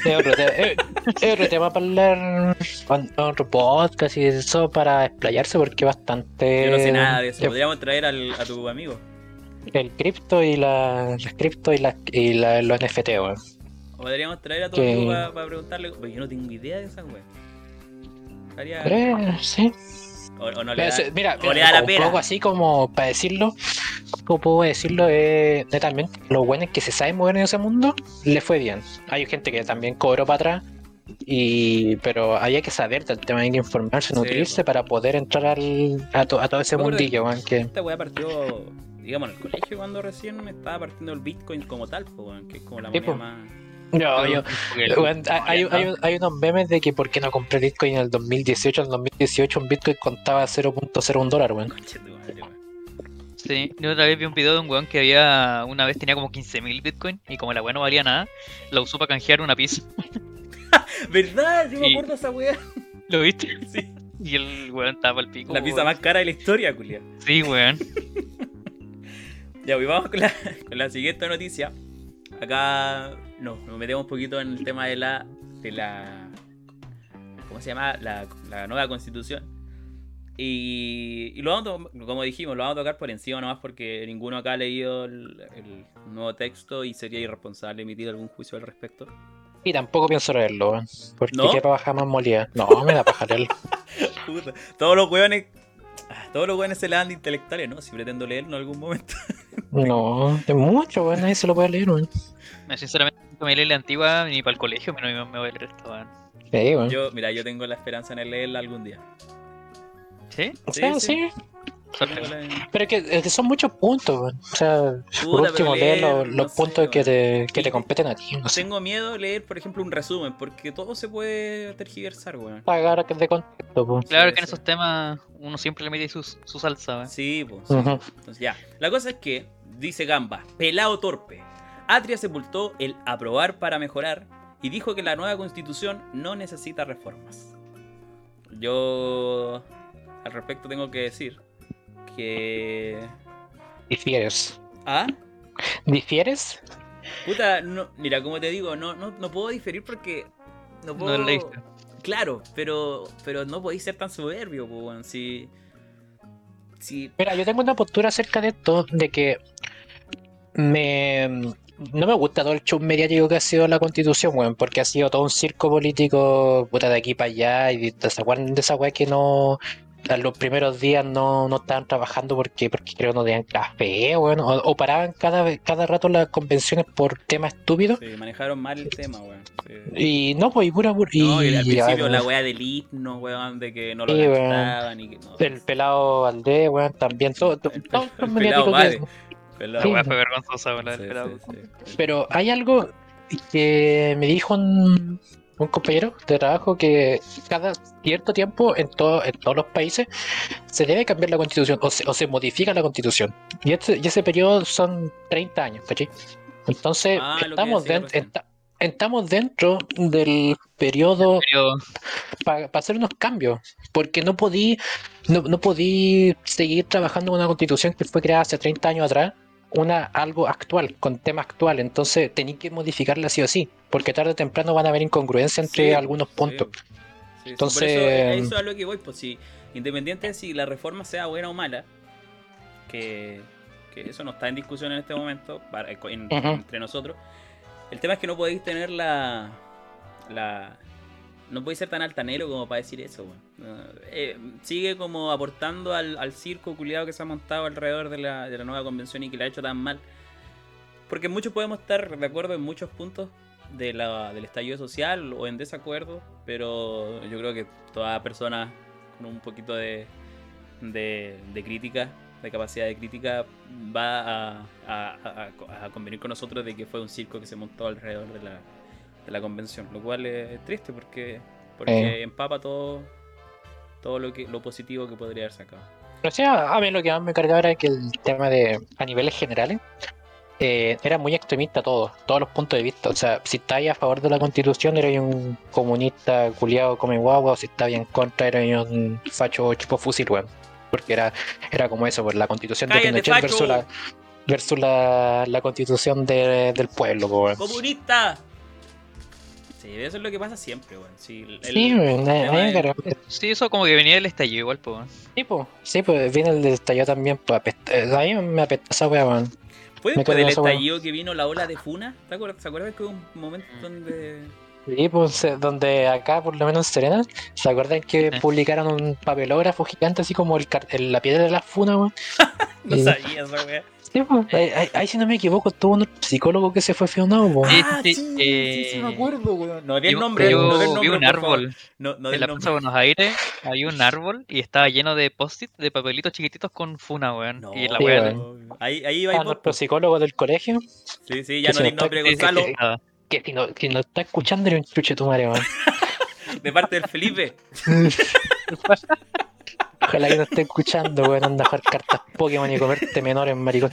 Es otro tema para hablar en otro podcast y eso para explayarse porque bastante. Yo no sé nada de eso. Podríamos traer a tu amigo. El cripto y las cripto y los NFT, weón. O podríamos traer a tu Que- amigo para preguntarle. Pues yo no tengo idea de esa wea. Estaría- Pero, sí. O no le da, Mira, o le da la un pera. poco así como para decirlo, como puedo decirlo, netamente, los buenos que se saben mover en ese mundo, le fue bien. Hay gente que también cobró para atrás, pero había que saber del tema, hay que informarse, Sí, nutrirse po. para poder entrar a todo ese Me acuerdo mundillo, weón, que... Esta weá partió, digamos, en el colegio cuando recién estaba partiendo el Bitcoin como tal, pues, weón, que es como la Sí, moneda po. más. Weón, hay unos memes de que por qué no compré Bitcoin en el 2018. En el 2018 un Bitcoin contaba $0.01, weón. Conche tu madre, weón. Sí, yo otra vez vi un video de un weón que había una vez tenía como 15.000 Bitcoin y como la weá no valía nada, la usó para canjear una pizza. ¿Verdad? Yo me Y- acuerdo de esa weá. ¿Lo viste? Sí. Y el weón estaba al pico. La pizza weón. más cara de la historia, culia. Sí, weón. Ya, pues vamos con la siguiente noticia. Acá nos metemos un poquito en el tema de la ¿cómo se llama? La nueva constitución. Y lo vamos como dijimos, lo vamos a tocar por encima nomás porque ninguno acá ha leído el nuevo texto y sería irresponsable emitir algún juicio al respecto. Y tampoco pienso leerlo, weón. Porque ¿No? qué paja más molida. No, me da paja leerlo. Puta, todos los hueones se la dan de intelectuales, ¿no? Si pretendo leerlo en algún momento. No, es mucho, weón. Nadie se lo puede leer, weón. Sinceramente, nunca me leí la antigua ni para el colegio, pero me voy a leer esto, weón. Sí, weón. Yo tengo la esperanza en leerla algún día. ¿Sí? O sea, sí. tengo la- Pero es que son muchos puntos, weón. O sea, por Puta, último, pero leer leer, los no sé, puntos que weón. que Y te competen a ti. No sé. tengo miedo de leer, por ejemplo, un resumen, porque todo se puede tergiversar, weón. Pagar de contexto, pues. Claro Sí, que en sí. esos temas uno siempre le mete su salsa, weón. Sí, pues, sí. Ujú. Entonces, ya. La cosa es que, dice Gamba, pelado torpe. Atria sepultó el aprobar para mejorar y dijo que la nueva constitución no necesita reformas. Yo al respecto tengo que decir que... Difieres. ¿Ah? ¿Difieres? Puta, no, mira, como te digo, no puedo diferir porque... No No puedo... lo leíste. Claro, pero no podéis ser tan soberbio, pues, weón. Si... Mira, yo tengo una postura acerca de esto, de que no me gusta todo el show mediático que ha sido la constitución, weón, porque ha sido todo un circo político, puta, de aquí para allá, y ¿se acuerdan de esa weá que no, a los primeros días no estaban trabajando porque creo no tenían café, weón, o paraban cada rato las convenciones por temas estúpidos? Sí, manejaron mal el tema, weón. Sí. Y no, pues, y pura, No, y al principio la weón, weá del himno, weón, de que no lo sí, weón, cantaban y que no. el pelado Valdés, weón, también, todo El los pelado mediáticos madre. que... La Sí, weá fue vergonzosa, weón, la Sí, del pelado. sí, sí. pero hay algo que me dijo un compañero de trabajo que cada cierto tiempo en todos los países se debe cambiar la constitución o se modifica la constitución. Y ese periodo son 30 años, ¿cachai? Entonces Lo que decía recién. estamos dentro del periodo Pero para hacer unos cambios, porque no podí seguir trabajando con una constitución que fue creada hace 30 años atrás, algo actual, con tema actual, entonces tenéis que modificarla sí o sí, porque tarde o temprano van a haber incongruencia entre Sí, algunos puntos. sí. Sí, Entonces, por eso, eso es a lo que voy, pues si, independiente de si la reforma sea buena o mala, que eso no está en discusión en este momento entre nosotros, el tema es que no podéis tener no podéis ser tan altanero como para decir eso, weón. Sigue como aportando al circo culiado que se ha montado alrededor de la nueva convención y que la ha hecho tan mal. Porque muchos podemos estar de acuerdo en muchos puntos del estallido social o en desacuerdo, pero yo creo que toda persona con un poquito de crítica, de capacidad de crítica, va a convenir con nosotros de que fue un circo que se montó alrededor de la convención, lo cual es triste porque empapa todo lo positivo que podría haber sacado. o sea, a mí lo que más me cargaba era que el tema a niveles generales, era muy extremista todos los puntos de vista. O sea, si estáis a favor de la constitución, eres un comunista culiado come guagua, o si estáis en contra, eres un facho tipo fusil, weón. Porque era como eso, pues la constitución de ¡Cállate, Pinochet facho! versus la constitución del pueblo, pues, weón. ¡Comunista! Sí, eso es lo que pasa siempre, weón. Sí, Sí, weón, a mí me cargaba. sí, eso como que venía del estallido igual, pues, weón. Sí, pues viene el estallido también, pues a mí me apesta esa weá, weón. ¿Fue Me después carga del esa weá. estallido que vino la ola de Funa? ¿Te acuerdas que hubo un momento donde... Sí, pues donde acá, por lo menos en Serena, ¿se acuerdan que Sí. publicaron un papelógrafo gigante así como la piedra de la funa, weón? No Y- sabía esa weá. Sí, pues, ahí si no me equivoco, tuvo un psicólogo que se fue feonado, pues. Sí, sí, me acuerdo, weón. No di el Yo, nombre, no di el yo vi nombre, un por favor. árbol No di en el la Plaza nombre. de Buenos Aires, había un árbol y estaba lleno de post-it, de papelitos chiquititos con funa, weón. No, Y la Sí, weá, weón. ahí va y vos, Nuestro po. psicólogo del colegio, Sí, ya que no si di no el nombre de sí, sí, Gonzalo, sí, estaba. que si no está escuchando, era un chuche tu madre, weón. de parte del Felipe. Ojalá que no esté escuchando, weón, anda a jugar cartas Pokémon y comerte menores, maricón.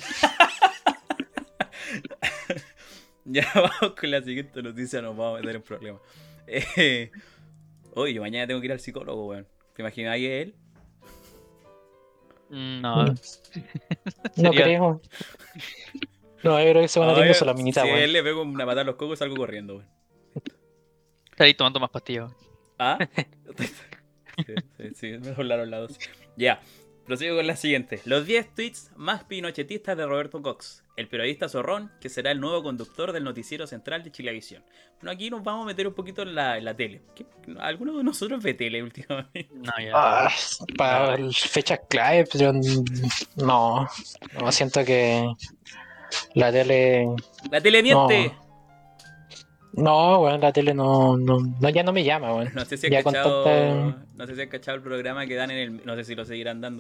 Ya vamos con la siguiente noticia, nos vamos a meter en problemas. Oye, yo mañana tengo que ir al psicólogo, weón. ¿Te imaginas que él? No, No sería- creo. No, yo creo que se van a tener la minita, si a weón. él le pego una patada a los cocos, salgo corriendo, weón. está ahí tomando más pastillas. ¿Ah? Sí, mejor la los lados. Ya, prosigo con la siguiente. Los 10 tweets más pinochetistas de Roberto Cox, el periodista zorrón que será el nuevo conductor del noticiero central de Chilevisión. Bueno, aquí nos vamos a meter un poquito en la tele. ¿Alguno de nosotros ve tele últimamente? No, ya. Para fechas clave, pero no siento que la tele. ¡La tele miente! No, bueno, la tele ya no me llama, weón. No sé si Ya has con cachado, tanta. no sé si has cachado el programa que dan no sé si lo seguirán dando,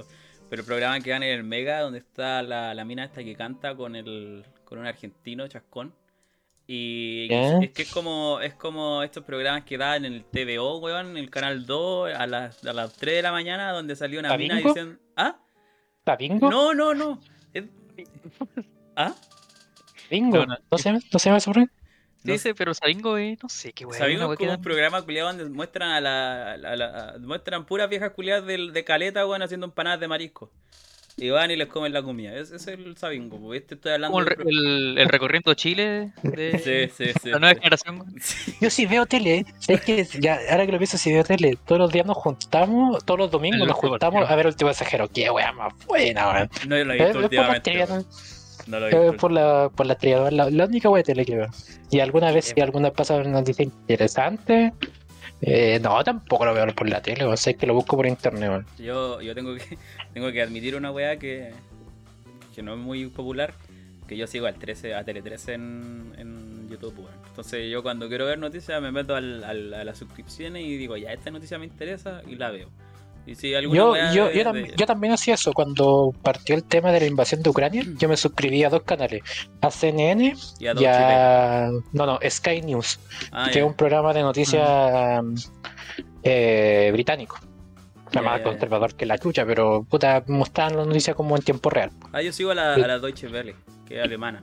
Pero el programa que dan en el Mega, donde está la mina esta que canta con un argentino, Chascón. Y ¿Ya? es que es como estos programas que dan en el TVO, weón, en el canal 2 a las 3 de la mañana, donde salió una mina ¿Tabingo? diciendo. ¿Ah? ¿Tabingo? No, no, no. Es- ¿Ah? ¿Bingo? No, no. ¿No se llama ese programa? No Sí, sé. sí, pero Sabingo, no sé qué weá, Sabingo una es weá que como un dan. programa culiado donde muestran muestran puras viejas culiadas de caleta, weón, haciendo empanadas de marisco. Y van y les comen la comida. Ese es el Sabingo, porque estoy hablando Como de. el recorriendo Chile Sí, de sí, sí, la nueva sí. generación, weón. Sí. Yo sí veo tele, es que ya, ahora que lo pienso, sí veo tele. Todos los días nos juntamos, todos los domingos El nos último juntamos pasajero. a ver el último pasajero. Qué wea más buena, weón. No lo he visto Es por la últimamente, trivia, weón. ¿no? No lo he visto. Por la trivia, la única wea de tele que veo. Y alguna vez, Qué si alguna pasa una noticia interesante, no, tampoco lo veo por la tele, o sea, es que lo busco por internet, weón. Yo tengo que admitir una weá que no es muy popular, que yo sigo a Tele 13 en YouTube, weón. Entonces yo cuando quiero ver noticias me meto a las suscripciones y digo, ya, esta noticia me interesa y la veo. Y si alguna weá Yo también hacía eso cuando partió el tema de la invasión de Ucrania. Yo me suscribí a dos canales, a CNN y a y Deutsche Welle. a Sky News, Ah, que es ya. un programa de noticias británico. Ya, Más ya, ya. conservador que la chucha, pero puta, mostraban las noticias como en tiempo real. Ah, yo sigo a la Deutsche Welle, que es alemana.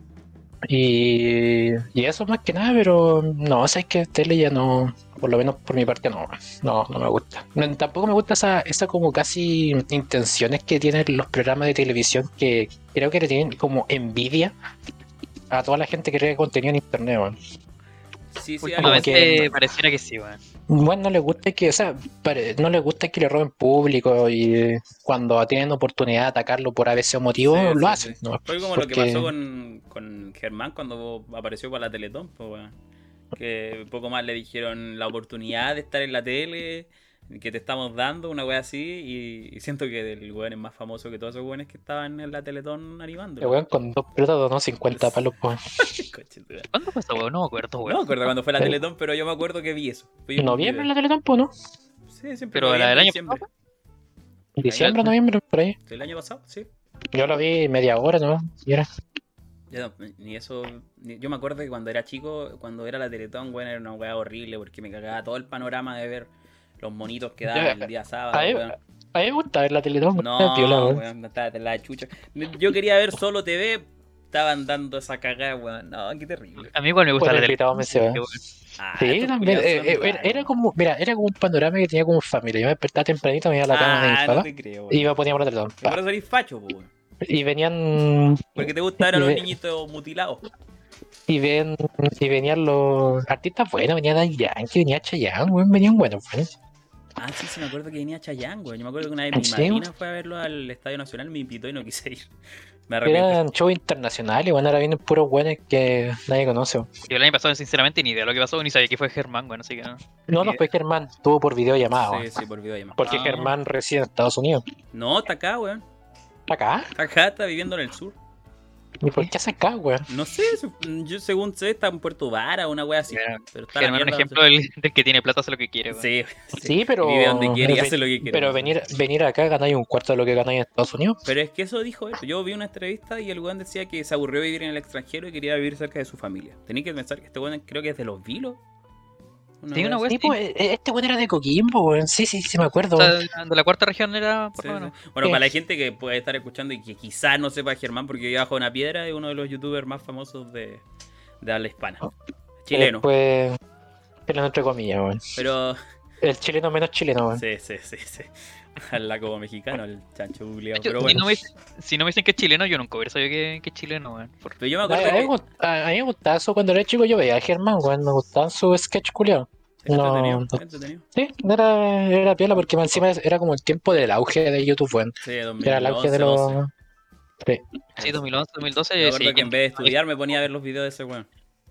Y eso más que nada, pero no, o sea, es que tele ya no, por lo menos por mi parte no me gusta. Tampoco me gusta esa como casi intenciones que tienen los programas de televisión que creo que le tienen como envidia a toda la gente que crea contenido en internet, weón. Sí, sí, Como que- Últimamente pareciera que sí, weón. Bueno, no les gusta que, o sea, no les gusta que le roben público y cuando tienen oportunidad de atacarlo por ABC o motivo, sí, lo sí, hacen, sí. ¿no? Fue como lo que Porque- pasó con Germán cuando apareció para la Teletón, pues, weón. Que poco más le dijeron la oportunidad de estar en la tele, que te estamos dando, una wea así, y siento que el weón es más famoso que todos esos weones que estaban en la Teletón animando. el weón con dos pelotas donó 50 palos, pues. Coche, tu madre. ¿Cuándo fue eso, weón? No me acuerdo, No weón. me acuerdo cuando fue la Eh. Teletón, pero yo me acuerdo que vi eso. Vi En un noviembre en video. la Teletón, ¿no? Sí, siempre Pero la noviembre, del año diciembre. pasado, Diciembre, noviembre, por ahí. ¿Del año pasado? Sí. Yo lo vi media hora, ¿no? Y era. Yo no, ni eso. Yo me acuerdo que cuando era chico, cuando era la Teletón, weón, era una weá horrible porque me cagaba todo el panorama de ver los monitos que daban el día sábado, A mí, weón. a mí me gusta ver la Teletón, No, está piola, weón. weón, estaba de la chucha. Yo quería ver solo TV, estaban dando esa cagada, weón. No, qué terrible. a mí igual me gusta Bueno, la el invitado tele. me se va. weón. Ah, Sí, estos también. culiados son Era raros. como, mira, era como un panorama que tenía como familia. Yo me despertaba tempranito, me iba a la cama de mi Ah, papá no te creo, y weón. me ponía por la Teletón. Que por eso eres facho, po, weón. Y venían. Porque te gustan y los ve- niñitos mutilados. Y, ven, y venían los artistas buenos, venía Daddy Yankee, venía Chayanne, weón, venían buenos, weón. Ah, sí, sí, me acuerdo que venía Chayanne, güey. Yo me acuerdo que una vez mi ¿Sí? madrina fue a verlo al Estadio Nacional, me invitó y no quise ir. Me arrepiento. Eran shows internacionales, bueno, ahora vienen puros buenos que nadie conoce. Weón. Yo el año pasado, sinceramente, ni idea de lo que pasó, ni sabía que fue Germán, weón, así que no. No, Ni no fue Germán, estuvo por videollamada, Sí, weón. sí, por videollamada. Porque Ah. Germán reside en Estados Unidos. No, está acá, weón. ¿Está acá? Está acá, está viviendo en el sur. ¿Y por qué hace acá, weón? No sé, yo según sé está en Puerto Vara, una wea así. Ya. Pero está la Germán es un mierda. ejemplo del que tiene plata, hace lo que quiere, weón. Sí, Sí, pero. Vive donde quiere y pero hace lo que quiere. Pero venir acá ganáis un cuarto de lo que ganáis en Estados Unidos. Pero es que eso dijo él. Yo vi una entrevista y el weón decía que se aburrió de vivir en el extranjero y quería vivir cerca de su familia. Tenía que pensar que este weón creo que es de los Vilos. Sí, una wea Sí, así. pues, este weón era de Coquimbo, weón. Sí, me acuerdo. O sea, de la cuarta región era, por Sí, lo menos. sí. Bueno, Sí. para la gente que puede estar escuchando y que quizás no sepa Germán porque vive bajo una piedra, es uno de los youtubers más famosos de habla hispana. Chileno. Pues. Chileno entre comillas, weón. Pero El chileno menos chileno, weón. sí. Habla como mexicano, el chancho De buleado. hecho, Pero si, bueno. no me dicen que es chileno, yo nunca hubiera sabido que es chileno, weón. Pero yo me A, acuerdo a mí me que. gust- a mí me gustaba eso cuando era chico. Yo veía a Germán, weón. Me gustaban sus sketch culiados. Era No, entretenido, no. era entretenido. Sí, era piola porque más encima era como el tiempo del auge de YouTube, weón. Sí, Era el auge 2011, de 12. los. Sí. Sí, 2011, 2012, Me acuerdo sí. que en vez de estudiar me ponía a ver los videos de ese weón.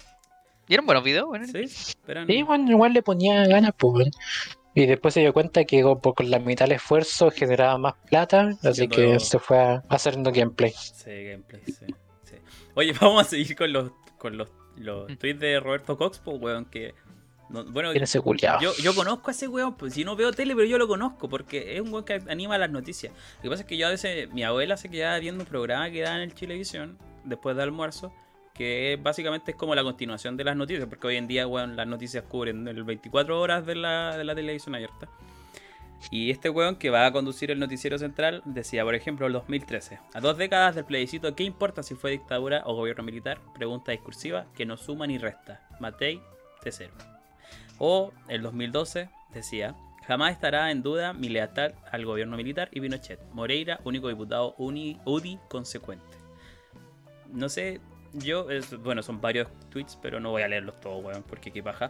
Y eran buenos videos, weón. Sí, eran. Sí, bueno, igual le ponía ganas, pues, weón. Y después se dio cuenta que con la mitad del esfuerzo generaba más plata, así Haciendo- que se fue haciendo gameplay. Sí, gameplay, sí. Oye, vamos a seguir con los tweets de Roberto Cox, pues, weón, que Bueno, Tiene ese culiao. yo conozco a ese weón, pues si no veo tele, pero yo lo conozco, porque es un weón que anima las noticias. Lo que pasa es que yo a veces, mi abuela se quedaba viendo un programa que da en el Chilevisión, después del almuerzo, que básicamente es como la continuación de las noticias, porque hoy en día, weón, las noticias cubren el 24 horas de la televisión abierta. Y este weón que va a conducir el noticiero central decía, por ejemplo, el 2013, a 2 décadas del plebiscito, ¿qué importa si fue dictadura o gobierno militar? Pregunta discursiva que no suma ni resta. Matei, T0. O el 2012 decía, jamás estará en duda mi lealtad al gobierno militar y Pinochet. Moreira, único diputado UDI consecuente. No sé, bueno, son varios tweets, pero no voy a leerlos todos, weón, porque qué paja.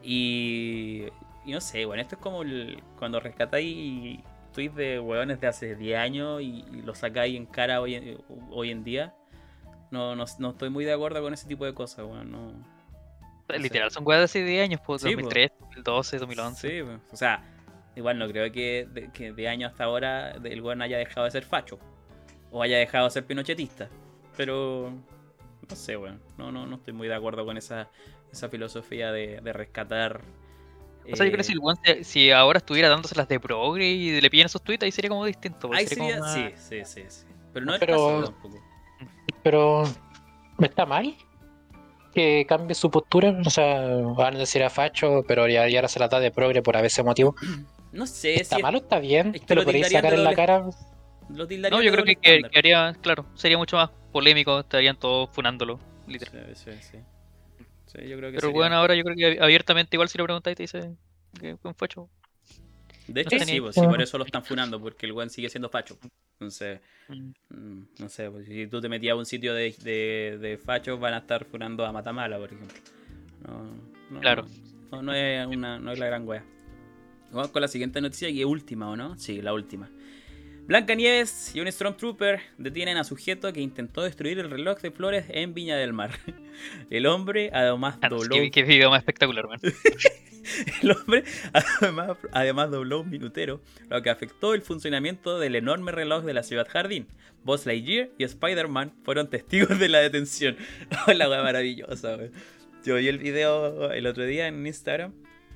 Y no sé, bueno, esto es como cuando rescatáis tweets de weones de hace 10 años y los sacáis en cara hoy en día. No estoy muy de acuerdo con ese tipo de cosas, weón, no. Literal, son weas de hace 10 años, pues, Sí, 2003, 2012, 2011. Sí, pues, o sea, igual no creo que de año hasta ahora el weón haya dejado de ser facho o haya dejado de ser pinochetista, pero no sé, weón, no estoy muy de acuerdo con esa filosofía de rescatar. O sea, yo creo que si el weón si ahora estuviera dándoselas de progre y le pillan esos tweets, ahí sería como distinto. Ahí sería sería, como más- sí. Pero no es Pero- el caso tampoco. Pero, ¿está mal que cambie su postura? O sea, van a decir a facho, pero ya ahora se la da de progre por ese motivo. No sé ¿Está si mal o está bien? es que ¿Te lo lo podéis tildarían sacar de en la doble- cara? lo tildaría No, de yo creo doble que estándar. haría, claro, sería mucho más polémico, estarían todos funándolo, literal. Sí. Sí, yo creo que Pero sería. bueno, ahora yo creo que abiertamente igual si lo preguntáis te dice que fue un facho. De hecho, no está sí, ni- pues, sí, por eso lo están funando, porque el weón sigue siendo facho. Entonces, Mm. no sé, pues, si tú te metías a un sitio de fachos, van a estar funando a Matamala, por ejemplo. No, Claro. No es la gran wea. Vamos con la siguiente noticia, que es última, ¿o no? Sí, la última. Blancanieves y un Stormtrooper detienen a sujeto que intentó destruir el reloj de flores en Viña del Mar. El hombre además dobló. Qué video más espectacular, man. El hombre además dobló un minutero, lo que afectó el funcionamiento del enorme reloj de la ciudad jardín. Buzz Lightyear y Spider-Man fueron testigos de la detención. La wea maravillosa, wey. Yo vi el video el otro día en Instagram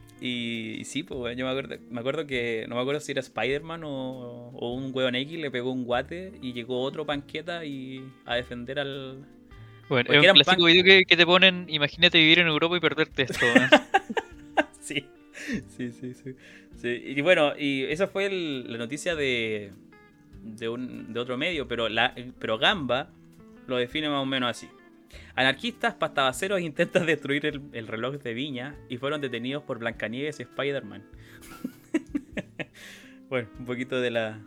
y sí, pues wey, yo me acuerdo que no me acuerdo si era Spider-Man o un weón X le pegó un guate y llegó otro panqueta a defender al... Bueno, Porque es un eran clásico pan- video que te ponen, imagínate vivir en Europa y perderte esto, man. Sí. Y bueno, y esa fue la noticia de otro medio, pero Gamba lo define más o menos así. Anarquistas, pastabaceros intentan destruir el reloj de Viña y fueron detenidos por Blancanieves y Spider-Man. Bueno, un poquito de la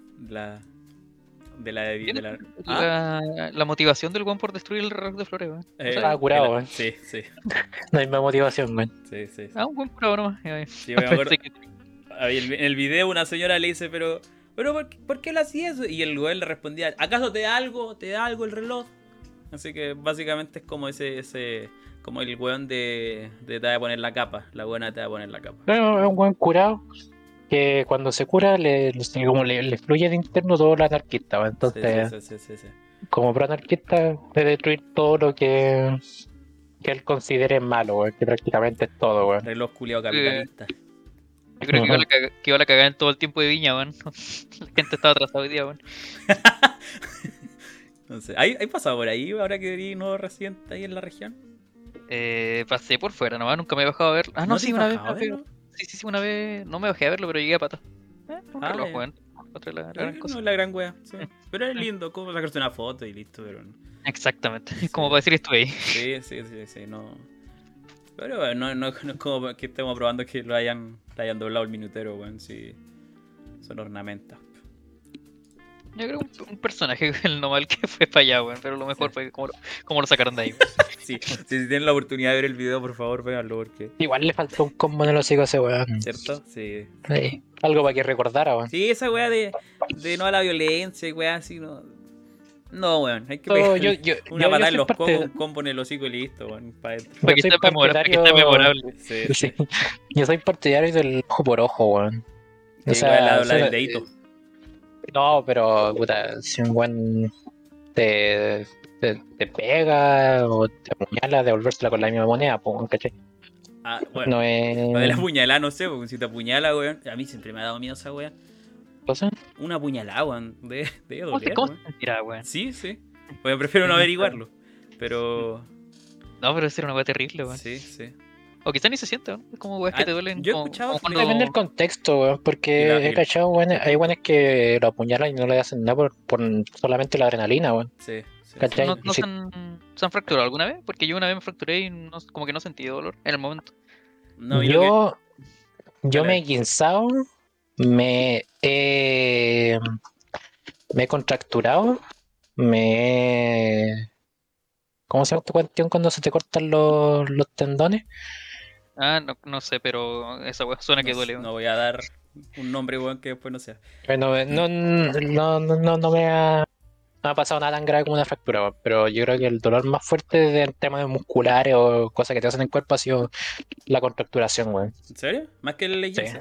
La motivación del weón por destruir el reloj de flores, weón. Estaba curado, Sí. No hay más motivación, man. Sí. Un buen curado nomás. Sí, me acuerdo. En el video una señora le dice, pero ¿por qué le hacía eso? Y el güey le respondía, ¿acaso te da algo el reloj? Así que básicamente es como como el weón te va a poner la capa, la buena te va a poner la capa. No, es un buen curado que cuando se cura como le fluye de interno todo lo anarquista, man. Entonces, Sí. como pro anarquista, de destruir todo lo que él considere malo, weón, que prácticamente es todo, weón. Reloj culiao capitalista. Yo creo que iba a la cagada en todo el tiempo de Viña, weón. La gente estaba atrasada hoy día, weón. No sé, ¿hay pasado por ahí ahora que eres nuevo residente ahí en la región? Pasé por fuera nomás, nunca me he bajado a ver. Ah, no, ¿No sí, te una has vez. bajado a verlo? Sí, una vez. No me bajé a verlo, pero llegué a pata. Un reloj, ya. weón. Otra la gran No cosa. es la gran wea. Sí. Pero es lindo, como sacarse una foto y listo, pero no. Exactamente. Sí. Como para decir que estuve ahí. Sí, no. Pero bueno, no es como que estemos probando que le hayan doblado el minutero, weón, si son ornamentos. Yo creo un personaje el normal que fue para allá, weón. Pero lo mejor Sí. fue cómo lo sacaron de ahí, weón. Sí, si tienen la oportunidad de ver el video, por favor, véanlo, porque... Igual le faltó un combo en el hocico a ese weón. ¿Cierto? Sí. Sí, algo para que recordara, weón. Sí, esa weá de no a la violencia y weá así, no... No, weón, hay que No, pegar una patada en soy los parte- codos, un combo en el hocico y listo, weón, para adentro. Para que soy sea memorable. Sí, Sí. Yo soy partidario del ojo por ojo, weón. Que O sea, la del dedito. No, pero puta, si un buen te pega o te apuñala, devolvérsela con la misma moneda, pues, ¿cachai? Ah, bueno. No es. Lo de la puñalada, no sé, porque si te apuñala, weón. A mí siempre me ha dado miedo esa weá. ¿Cosa? Una puñalada, weón. Debe doler, ¿Cómo weón. se sentirá, weón? Sí, sí. Bueno, prefiero no averiguarlo. Pero. No, pero ser una weá terrible, weón. Sí, sí. O quizás ni se siente, ¿no? Es como weas que te duelen. Yo he como, escuchado como que- cuando... Depende del contexto, weón, Y porque la- he y- cachado, weón, hay weones que lo apuñalan y no le hacen nada por solamente la adrenalina, weón. Sí, sí. ¿Cachai? ¿No, Sí. se han fracturado alguna vez? Porque yo una vez me fracturé y como que no sentí dolor en el momento. No, y lo que. Yo Dale, me he dale. guinzado, me he, me he contracturado, me he... ¿Cómo se llama esta cuestión cuando se te cortan los tendones? Ah, no sé, pero esa wea suena que duele, weón. No voy a dar un nombre, weón, que después no sea. Bueno, no me ha pasado nada tan grave como una fractura, weón, pero yo creo que el dolor más fuerte de temas musculares o cosas que te hacen en el cuerpo ha sido la contracturación, weón. ¿En serio? ¿Más que el Sí. leggings?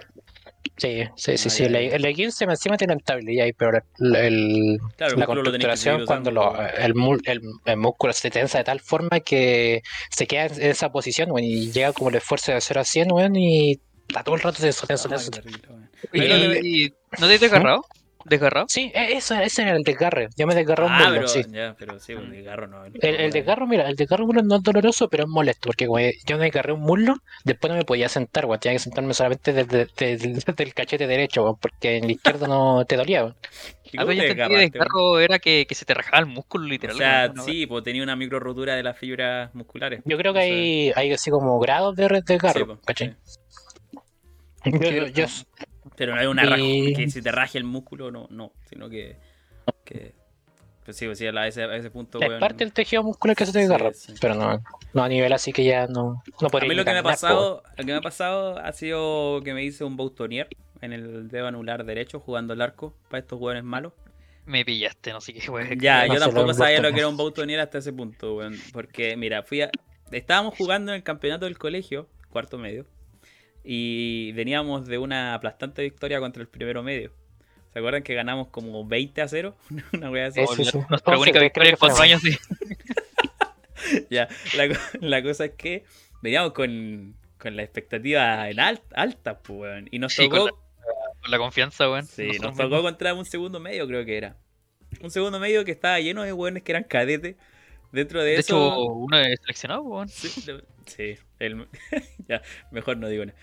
Sí. ya, El, ya. el leggings encima tiene estabilidad ahí, pero Claro, el la músculo lo tenés que seguir contracturación cuando usando, weón. el músculo se tensa de tal forma que se queda en esa posición, weón, y llega como el esfuerzo de 0 a 100, weón, y está todo el rato tenso, tenso, Ah, tenso. qué terrible, weón. ¿Y, Ahí lo que- y no te has desgarrado? ¿Desgarrado? Sí, ese era el desgarre. Yo me desgarré un muslo, pero. sí. Ya, pero sí, un desgarro no. El desgarro, mira, el desgarro muslo no es doloroso, pero es molesto, porque güey, yo me desgarré un muslo, después no me podía sentar, güey, tenía que sentarme solamente desde el cachete derecho, güey, porque en el izquierdo no te dolía, güey. ¿Y Ah, cómo pero yo te entendí que desgarraste, weón? desgarro era que se te rajaba el músculo O literal. sea, weón, sí, pues tenía una micro rotura de las fibras musculares. Yo creo que hay así como grados de Sí, desgarro, pues, ¿cachai? sí. Yo- Pero no hay una Y- que si te raje el músculo, no, sino que pues sí, a ese punto, es weón. parte del tejido muscular que se te Sí, desgarra, sí. pero no a nivel así que ya no A podría mí ni caminar, po, lo que me ha pasado ha sido que me hice un boutonier en el dedo anular derecho jugando el arco para estos hueones malos. Me pillaste, no sé qué weón. Ya, no yo sé, tampoco los sabía lo boutonier. que era un boutonier hasta ese punto, weón. Porque, mira, estábamos jugando en el campeonato del colegio, cuarto medio, y veníamos de una aplastante victoria contra el primero medio. ¿Se acuerdan que ganamos como 20-0? Una wea así. Sí, sí. Nuestra 11, única creo victoria que en 4 fue. años, sí. Ya, la cosa es que veníamos con la expectativa en alta, pues, weón. Y nos Sí, tocó. Con la confianza, weón. Sí, Nosotros nos tocó mismos. contra un segundo medio, creo que era. Un segundo medio que estaba lleno de weones que eran cadetes. Dentro de De eso. hecho, uno es seleccionado, weón. Sí, ya, mejor no digo nada.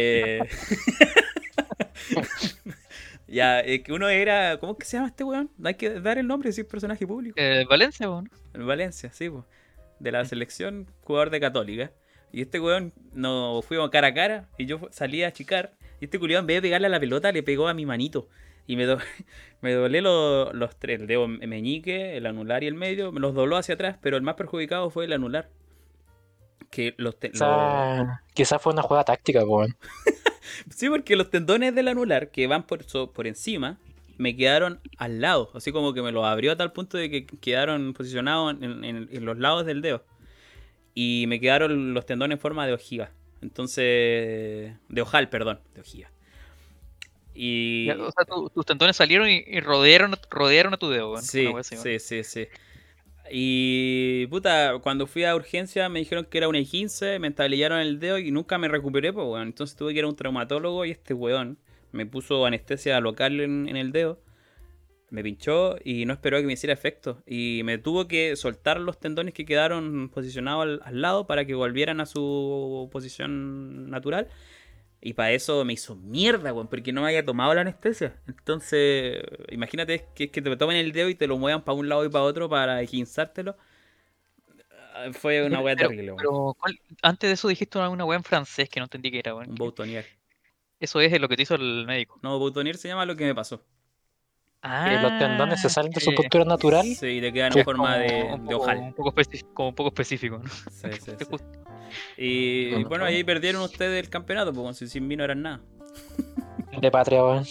Ya, que uno era. ¿Cómo que se llama este weón? Hay que dar el nombre si es personaje público. Valencia, weón. En Valencia, sí, pues. De la selección, jugador de Católica. Y este weón nos fuimos cara a cara. Y yo salí a achicar. Y este culiado, en vez de pegarle a la pelota, le pegó a mi manito. Y me doblé los tres: el dedo meñique, el anular y el medio. Me los dobló hacia atrás, pero el más perjudicado fue el anular. Que Quizás fue una jugada táctica, po, weón. Sí, porque los tendones del anular que van por encima me quedaron al lado. Así como que me los abrió a tal punto de que quedaron posicionados en los lados del dedo. Y me quedaron los tendones en forma de ojiva. Entonces. De ojal, perdón. De ojiva. Y. Ya, o sea, tus tendones salieron y rodearon a tu dedo, weón. Sí, Una wea así, weón. sí. Y puta, cuando fui a urgencia me dijeron que era un E15, me entablillaron el dedo y nunca me recuperé, pues weón. Entonces tuve que ir a un traumatólogo y este weón me puso anestesia local en el dedo, me pinchó y no esperó a que me hiciera efecto. Y me tuvo que soltar los tendones que quedaron posicionados al lado para que volvieran a su posición natural. Y para eso me hizo mierda, weón, porque no me había tomado la anestesia. Entonces, imagínate que te tomen el dedo y te lo muevan para un lado y para otro para esguinzártelo. Fue una weá terrible, weón. Pero antes de eso dijiste una weá en francés que no entendí qué era, weón. Un boutonier. Eso es lo que te hizo el médico. No, boutonier se llama lo que me pasó. Que los tendones se salen de su sí. postura natural. Sí, y te quedan Sí, en forma de ojal. Un poco específico, ¿no? Sí. Justo. Y Bueno, bueno, ahí perdieron ustedes el campeonato, porque si sin mí no eran nada. De patria, weón.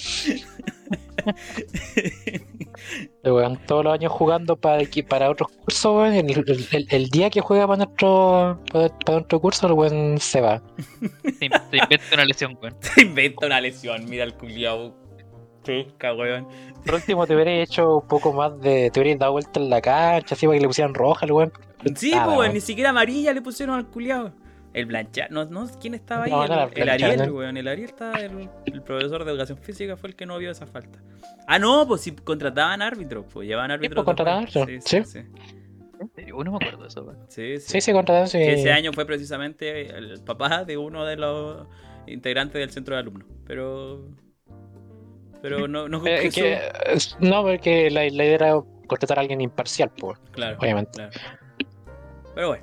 Weón, todos los años jugando para otros cursos, weón. El día que juega para nuestro curso, el weón se va. Te inventa una lesión, weón. Se inventa una lesión, mira el culiao. Chusca, weón. Por último, te hubierais hecho un poco más de. Te hubierais dado vuelta en la cancha, así para que le pusieran roja al weón. Sí, Nada, pues, weón. ni siquiera amarilla le pusieron al culiao. El Blanchard, no, ¿quién estaba ahí? No, no era El Blanchard, Ariel, ¿no? weón. El Ariel estaba, el profesor de educación física fue el que no vio esa falta. Ah, no, pues si contrataban árbitros, pues llevaban árbitros. pues, contrataban después. árbitros, Sí. ¿En serio? No me acuerdo de eso, weón. Sí. Sí, contrataron, sí. Que ese año fue precisamente el papá de uno de los integrantes del centro de alumnos. Pero no concretó. No, porque la idea era contratar a alguien imparcial, pues, Claro, obviamente. claro. Pero bueno,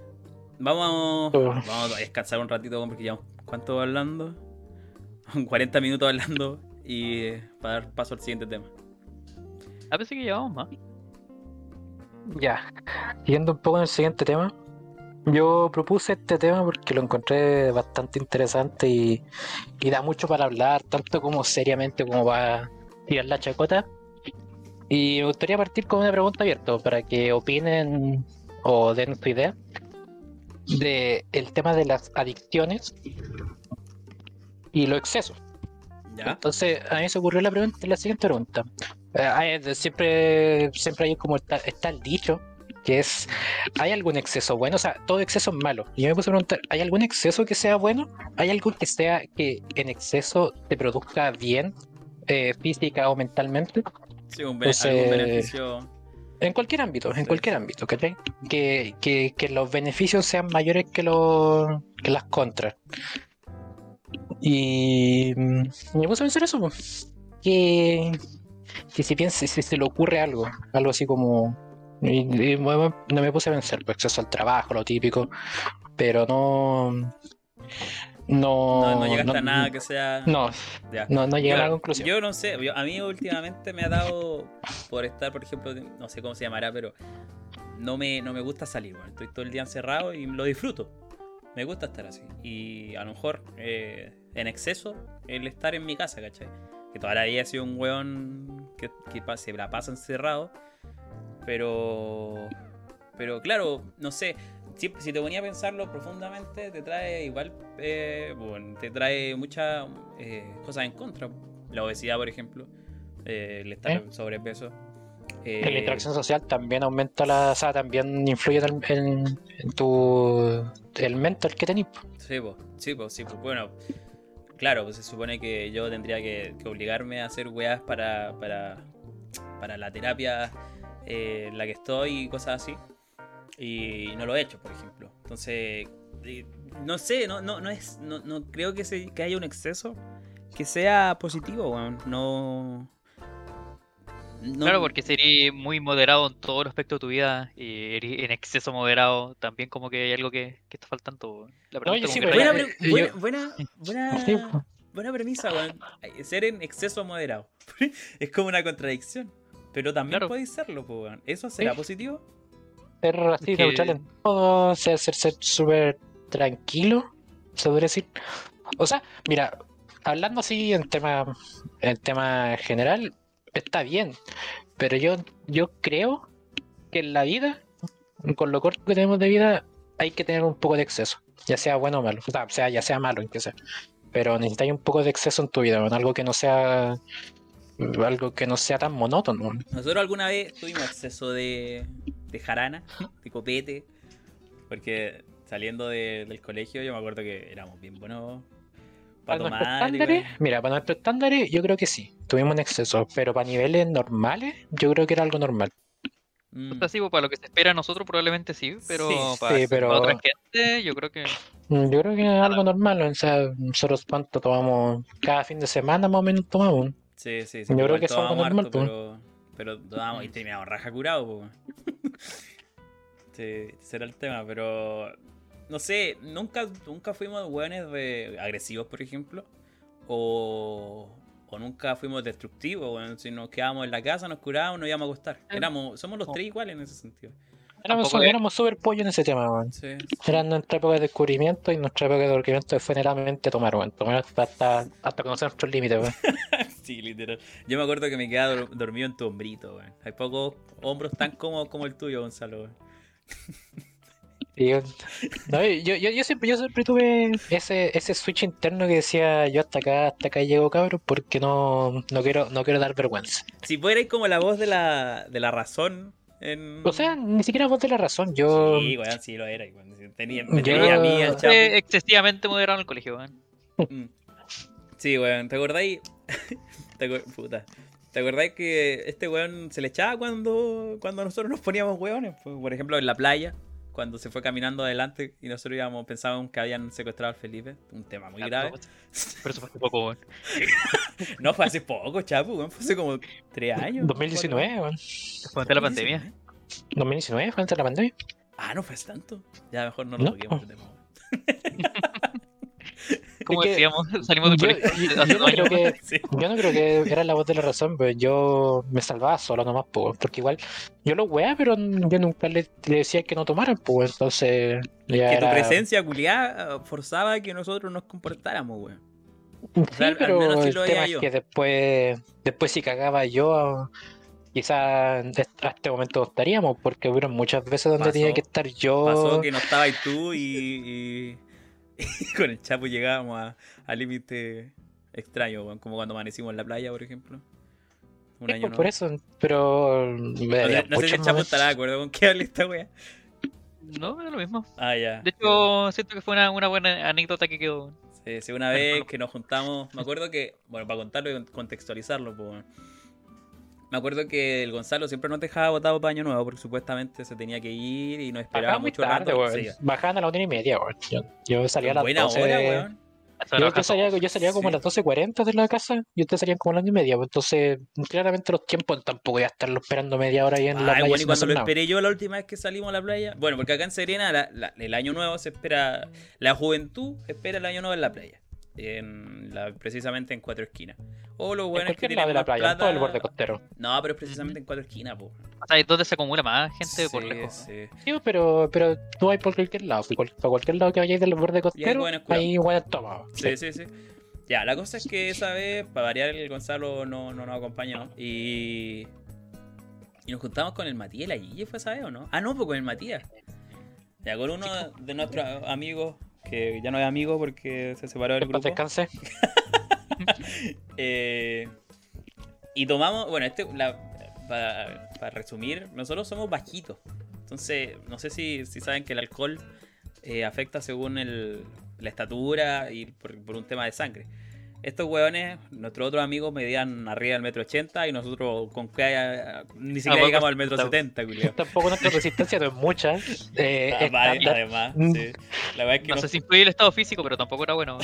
vamos a descansar un ratito porque ya ¿cuánto hablando? 40 minutos hablando y para dar paso al siguiente tema. A veces que llevamos más. Ya, siguiendo un poco en el siguiente tema, yo propuse este tema porque lo encontré bastante interesante y da mucho para hablar, tanto como seriamente como para tirar la chacota. Y me gustaría partir con una pregunta abierta para que opinen o den su idea de el tema de las adicciones y los excesos. ¿Ya? Entonces, a mí se ocurrió la siguiente pregunta. Siempre hay como está el dicho que es, ¿hay algún exceso bueno? O sea, todo exceso es malo. Y yo me puse a preguntar, ¿hay algún exceso que sea bueno? ¿Hay algo que sea que en exceso te produzca bien, física o mentalmente? Sí, algún Entonces, beneficio. En cualquier ámbito, Sí. ¿cachai? Que los beneficios sean mayores que las contras. Y me puse a pensar eso, pues. Que si se le ocurre algo así como. No me puse a pensar, pues acceso al trabajo, lo típico, pero no. No llegaste a nada que sea. No, Ya. no llegué a la conclusión. Yo no sé, a mí últimamente me ha dado por estar, por ejemplo, no sé cómo se llamará, pero no me gusta salir, bueno, estoy todo el día encerrado y lo disfruto. Me gusta estar así. Y a lo mejor en exceso el estar en mi casa, ¿cachai? Que toda la vida he sido un weón que se la pasa encerrado. Pero claro, no sé. Si te ponía a pensarlo profundamente, te trae igual, te trae muchas cosas en contra. La obesidad, por ejemplo, el estar en sobrepeso. La interacción social también aumenta o sea, también influye en tu el mental que tenés. Sí, pues. Bueno, claro, pues se supone que yo tendría que obligarme a hacer weas para la terapia en la que estoy y cosas así. Y no lo he hecho, por ejemplo. Entonces, no sé, no creo que haya un exceso que sea positivo, weón. No. Claro, porque sería muy moderado en todos los aspectos de tu vida y eres en exceso moderado también como que hay algo que está faltando. La pregunta Oye, como sí, que pero trae- Sí, buena premisa, weón. Ser en exceso moderado. Es como una contradicción. Pero también Claro. podéis serlo, pues, weón. ¿Eso será Sí. positivo? ser así que- neutral en todo, ser súper tranquilo, se podría decir. O sea, mira, hablando así en tema general, está bien, pero yo creo que en la vida, con lo corto que tenemos de vida, hay que tener un poco de exceso, ya sea bueno o malo, o sea, ya sea malo, en que sea. Pero necesitas un poco de exceso en tu vida, ¿no? Algo que no sea tan monótono. Nosotros alguna vez tuvimos exceso de jarana, de copete, porque saliendo del colegio yo me acuerdo que éramos bien buenos para Para nuestros tomar. estándares, mira, para nuestros estándares yo creo que sí, tuvimos un exceso, pero para niveles normales yo creo que era algo normal. O sea, sí, pues, para lo que se espera a nosotros probablemente sí, pero para Sí, pero otra gente yo creo que yo creo que es algo normal, o sea, nosotros cuánto tomamos cada fin de semana más o menos tomamos. Sí, Yo igual creo que es algo tomábamos normal, harto, pues. pero tomábamos y terminábamos raja curado, pues. Sí, ese era el tema, pero no sé, nunca fuimos hueones agresivos, por ejemplo, o nunca fuimos destructivos, weón. Si nos quedábamos en la casa, nos curábamos, nos íbamos a acostar. Somos los tres iguales en ese sentido. Éramos súper pollo en ese tema, weón. Sí. Era nuestra época de descubrimiento y nuestra época de descubrimiento fue generalmente tomar, weón. Tomar hasta conocer nuestros límites, weón. Sí, literal. Yo me acuerdo que me quedaba dormido en tu hombrito, weón. Hay pocos hombros tan cómodos como el tuyo, Gonzalo, weón. Y no, yo siempre tuve ese switch interno que decía yo hasta acá llego, cabrón, porque no quiero dar vergüenza. Si fuerais como la voz de la razón O sea, ni siquiera vos de la razón. Yo. Sí, weón, sí lo era. Weón. Me Yo- tenía a mí, al Chapo. Fue excesivamente moderado en el colegio, weón. Mm. Sí, weón, ¿te acordáis? Puta. ¿Te acordáis que este weón se le echaba cuando nosotros nos poníamos weones? Pues, por ejemplo, en la playa, cuando se fue caminando adelante y nosotros pensábamos que habían secuestrado al Felipe. Un tema muy grave. Pero eso fue hace poco, weón. No, fue hace poco, Chapu, weón. Fue hace como 3 años. 2019, weón. Fue antes de la pandemia. 2019 fue antes de la pandemia. Ah, no fue hace tanto. Ya mejor no lo No. toquemos el tema, weón. Como Es que decíamos, salimos de Yo, colegio yo hace no 2 creo años. que, Sí. yo no creo que era la voz de la razón, pero yo me salvaba solo nomás, pues, porque igual yo lo weá, pero yo nunca le decía que no tomaran, pues, entonces ya Que tu era... presencia culiada forzaba que nosotros nos comportáramos, weón. Sí, sea, al pero menos sí el lo tema veía es yo. que después si cagaba yo, quizá a este momento estaríamos, porque hubieron muchas veces donde Pasó. tenía que estar yo. Pasó que no estabas tú y con el Chapo llegábamos a límite extraño, weón, como cuando amanecimos en la playa, por ejemplo. Un Sí, año pues, nuevo. por eso, pero me No daría sé, no sé si el muchos Chapo momentos. estará de acuerdo con que hable esta wea. No, es lo mismo. Ah, ya. De hecho, siento que fue una buena anécdota que quedó, weón. Sí, sí, una vez que nos juntamos, me acuerdo que, bueno, para contarlo y contextualizarlo, pues, bueno, me acuerdo que el Gonzalo siempre nos dejaba botado para Año Nuevo porque supuestamente se tenía que ir y nos esperaba Bajaban muy mucho tarde, rato. weón. Sí, Bajaban a las 1:30, weón. Yo salía a las buena 12. hora, weón. Hasta Yo, la raja. yo salía como a Sí. las 12:40 de la casa y ustedes salían como a las 1:30, pues, entonces claramente los tiempos tampoco iba a estarlo esperando media hora ahí en la Ay, playa bueno, y sin cuando hacer lo nada. esperé yo la última vez que salimos a la playa, bueno, porque acá en Serena el Año Nuevo se espera, la juventud espera el Año Nuevo en la playa, precisamente en Cuatro Esquinas. O los En buenos que cualquier tienen lado de la más playa, en todo el plata. borde costero. No, pero es precisamente en Cuatro Esquinas, po. O sea, es donde se acumula más gente por Sí, lejos. sí. Sí, pero tú hay por cualquier lado. Para cualquier lado que vayáis del borde costero, buenas cuevas. hay buenas tomas. Sí, sí, sí. Ya, la cosa es que esa vez, para variar, el Gonzalo no nos acompañó. Y nos juntamos con el Matías y la Guille, ¿fue esa vez o no? Ah, no, pues con el Matías. Ya, con uno de nuestros amigos, que ya no es amigo porque se separó del Que en paz grupo. descanse. Y tomamos, bueno, para resumir, nosotros somos bajitos. Entonces, no sé si saben que el alcohol afecta según la estatura y por un tema de sangre. Estos hueones, nuestros otros amigos medían arriba del 1,80 m y nosotros con que ni siquiera bueno, llegamos al pues, 1,70 m, culiao. Tampoco nuestra resistencia no es mucha. Estándar. Además, Mm. sí. La verdad es que No nos- sé si influye el estado físico, pero tampoco era bueno, weón.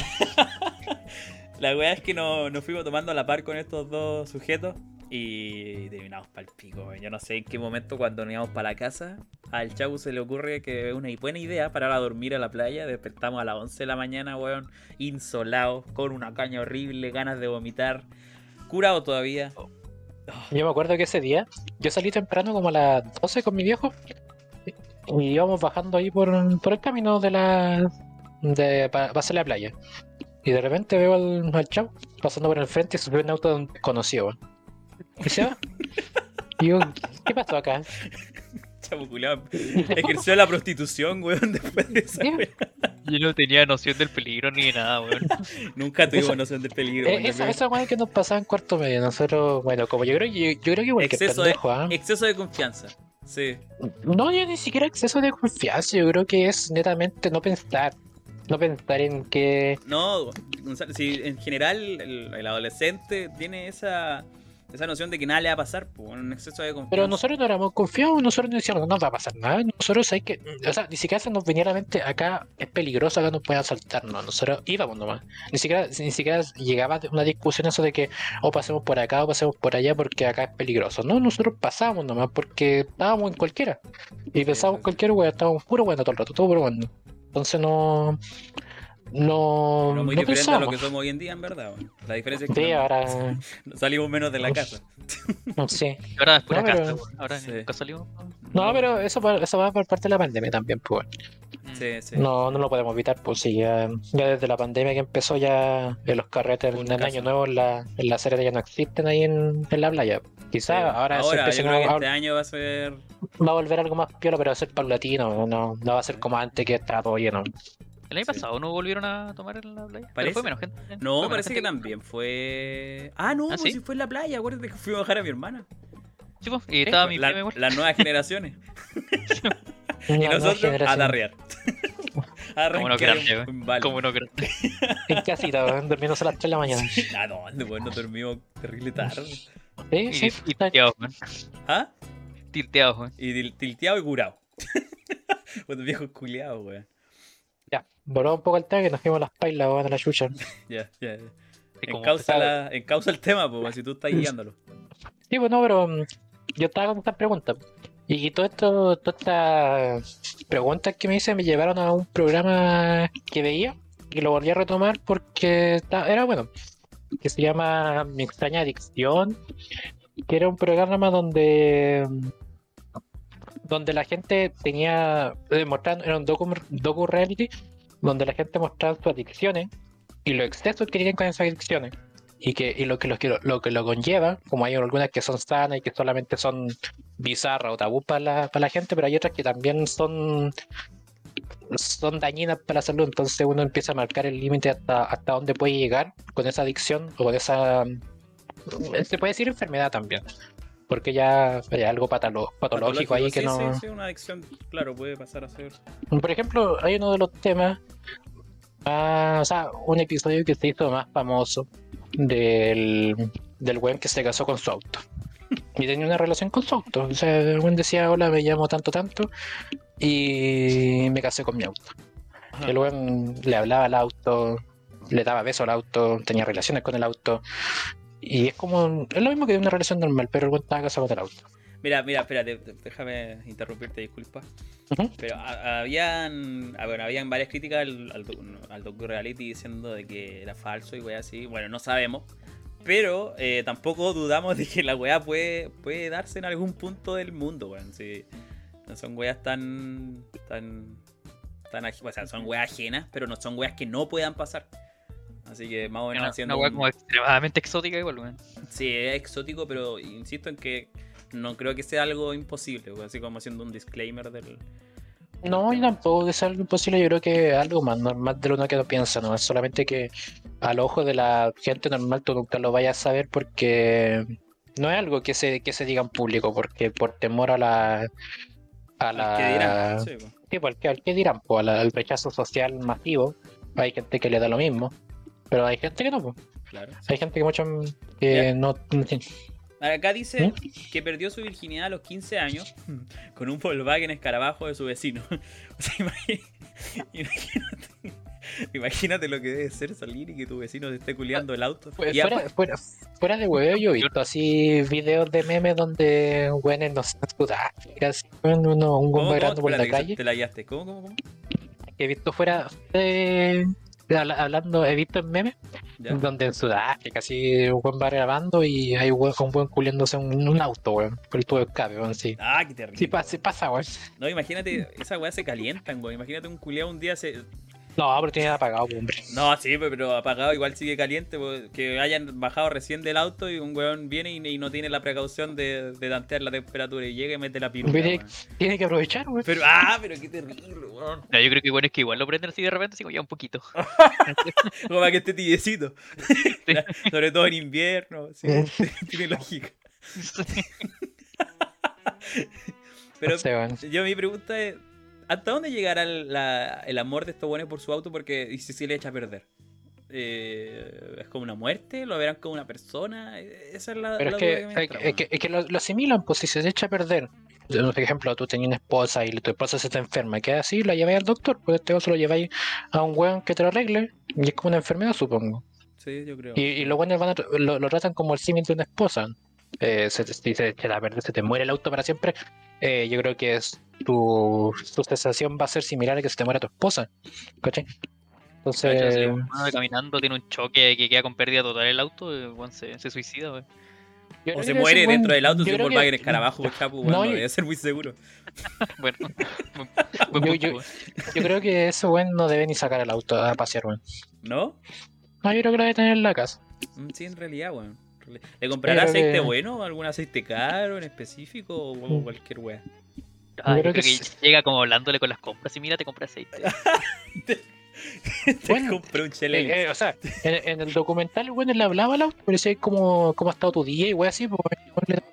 La weá es que nos fuimos tomando a la par con estos dos sujetos y terminamos pa'l pico, weón. Yo no sé en qué momento cuando nos íbamos para la casa, al Chabu se le ocurre que es una buena idea parar a dormir a la playa. Despertamos a las 11 de la mañana, weón, insolados, con una caña horrible, ganas de vomitar, curado todavía. Yo me acuerdo que ese día yo salí temprano como a las 12 con mi viejo y íbamos bajando ahí por el camino para hacer la playa. Y de repente veo al chavo pasando por el frente y subió un auto de un desconocido, weón. Y se va. Y yo, ¿qué pasó acá? Chabu culiao ejerció la prostitución, weón, después de esa Sí. weá. Yo no tenía noción del peligro ni de nada, weón. Nunca tuvimos noción del peligro, weón. Esa weá que nos pasaba en cuarto medio. Nosotros, bueno, como yo creo que igual que Exceso de, pendejo, ¿ah? exceso de confianza. Sí. No, yo ni siquiera exceso de confianza. Yo creo que es netamente no pensar. No pensar en que. No, Gonzalo, si en general el adolescente tiene esa noción de que nada le va a pasar, pues, un exceso de confianza. Pero nosotros no éramos confiados, nosotros no decíamos, no nos va a pasar nada. Nosotros hay que. O sea, ni siquiera se nos venía a la mente, acá es peligroso, acá nos pueden asaltarnos. Nosotros íbamos nomás. Ni siquiera llegaba una discusión eso de que o pasemos por acá o pasemos por allá porque acá es peligroso. No, nosotros pasábamos nomás porque estábamos en cualquiera. Y pensábamos sí. cualquier weá, estábamos puro bueno todo el rato, todo puro bueno. Entonces no. No. No muy no diferente a lo pensábamos. que somos hoy en día, en verdad. weón. La diferencia es que Sí, no- ahora. salimos menos de la casa. No sé. Y ahora después No, de pero- casa, weón. Ahora Sí. nunca salimos. No, pero eso va por parte de la pandemia también, pues. Sí, sí. No lo podemos evitar, pues sí, ya desde la pandemia que empezó ya los carretes Por en el casa. año nuevo en la Serena ya no existen ahí en la playa. Quizás Sí. ahora se yo empiecen creo que a- este año va a ser. va a volver algo más piola, pero va a ser paulatino, no va a ser Sí. como antes que estaba todo lleno. El año Sí. pasado no volvieron a tomar en la playa. Pero Parece. fue menos gente. No, Fue menos parece que gente también fue. Ah, no, ¿Ah, pues sí? sí fue en la playa. Acuérdate que fui a bajar a mi hermana. Sí, pues, y estaba mi prima igual. Las nuevas generaciones. Y Una nueva nosotros a generación. darrear. A Como uno arrancar grande, un vale. Como uno grande. En casita, weón, durmiéndose a las 3 de la mañana. ¿A dónde, weón? No dormimos terrible tarde. Sí, Y sí. tilteado, weón. ¿Ah? Tilteado, weón. Y tilteado y curado. Cuando viejos culiados, weón. Ya, volvamos un poco al tema que nos fuimos las pailas, weón, a la chucha. Ya. Es como- Encausa el tema, pues, si tú estás guiándolo. Sí, pues no, pero yo estaba con estas preguntas. Y todo esto, todas estas preguntas que me hice me llevaron a un programa que veía y lo volví a retomar porque era bueno, que se llama Mi extraña adicción, que era un programa donde la gente tenía mostrando, era un docu reality donde la gente mostraba sus adicciones y los excesos que tienen con esas adicciones y lo que lo conlleva, como hay algunas que son sanas y que solamente son bizarras o tabú para la gente, pero hay otras que también son dañinas para la salud. Entonces uno empieza a marcar el límite hasta dónde puede llegar con esa adicción o con esa, se puede decir enfermedad también, porque ya hay algo patológico ahí que sí, no. Sí, una adicción, claro, puede pasar a ser. Por ejemplo, hay uno de los temas, o sea, un episodio que se hizo más famoso del weón que se casó con su auto. Y tenía una relación con su auto. O sea, el weón decía, hola, me llamo tanto y me casé con mi auto. Ajá. El weón le hablaba al auto, le daba besos al auto, tenía relaciones con el auto. Y es lo mismo que una relación normal, pero el weón estaba casado con el auto. Mira, espérate, déjame interrumpirte, disculpa. Ujú. Pero habían varias críticas al docu-reality diciendo de que era falso y weá así. Bueno, no sabemos. Pero tampoco dudamos de que la weá puede darse en algún punto del mundo, weón. Si no son weas o sea, son weas ajenas, pero no son weas que no puedan pasar. Así que más o menos haciendo. Una weá como extremadamente exótica, igual, weón. Sí, es exótico, pero insisto en que no creo que sea algo imposible, weón, así como haciendo un disclaimer del. No, y tampoco que sea algo imposible, yo creo que es algo más normal de lo uno que no piensa, ¿no? Es solamente que al ojo de la gente normal tú nunca lo vayas a saber porque no es algo que se diga en público, porque por temor a Al que dirán. Sí, pues. Sí, porque al que dirán, pues, al rechazo social masivo, hay gente que le da lo mismo, pero hay gente que no, pues. Claro. Hay gente que Ya. no. Acá dice que perdió su virginidad a los 15 años con un Volkswagen Escarabajo de su vecino. O sea, imagínate lo que debe ser salir y que tu vecino te esté culiando el auto. Y Fuera de huevo, yo he visto así videos de memes donde güeyes no sé, en Sudáfrica, así, un güey bailando por la Espérate, calle. te la guiaste. ¿Cómo? He visto he visto en memes ¿Ya? donde en Sudáfrica así un buen va grabando y hay un buen culiándose un auto, weón, por el tubo de escape, weón, sí. Ah, qué terrible. Sí pasa, weón. No, imagínate, esa weá se calientan, güey. Imagínate un culiado un día se. No, pero tiene apagado, hombre. No, sí, pero apagado igual sigue caliente. Que hayan bajado recién del auto y un weón viene y no tiene la precaución de tantear la temperatura y llega y mete la pirula. Tiene que aprovechar, weón. Pero qué terrible, weón. No, yo creo que igual es que igual lo prenden así de repente, así como ya un poquito. Como para que esté tibiecito. Sí. Sobre todo en invierno. Sí, tiene lógica. Pero No sé, weón. mi pregunta es: ¿hasta dónde llegará el amor de estos buenos por su auto? Porque ¿y si le echa a perder? ¿Es como una muerte? ¿Lo verán como una persona? Esa es la Pero duda es me entra, weón. que lo asimilan, pues si se echa a perder. Por ejemplo, tú tenías una esposa y tu esposa se te enferma, ¿qué así? La lleváis al doctor, pues este caso lo lleváis a un weón que te lo arregle y es como una enfermedad, supongo. Sí, yo creo. Y los buenos lo tratan como el símil de una esposa. Si se echa a perder, se te muere el auto para siempre. Yo creo que tu sensación va a ser similar a que se te muera tu esposa. ¿Cachai? Entonces, Cacha, si uno va caminando, tiene un choque que queda con pérdida total el auto, el weón se suicida, weón. yo O creo se que muere ese dentro weón- del auto yo si un creo que- Volkswagen Escarabajo, chapu, weón, No, no yo- debe ser muy seguro. Bueno, buen Yo- punto, yo- weón. Yo creo que ese weón no debe ni sacar el auto a pasear, weón. ¿No? No, yo creo que lo debe tener en la casa. Sí, en realidad, weón. ¿Le comprará Creo aceite que- bueno? ¿Algún aceite caro en específico? O cualquier wea? Ah, yo creo creo que que llega como hablándole con las compras y mira, te compra aceite. Te Bueno, compré un Chele. O sea, en el documental, weón, le hablaba al auto, pero decía cómo ha estado tu día y weón así, pues weón, le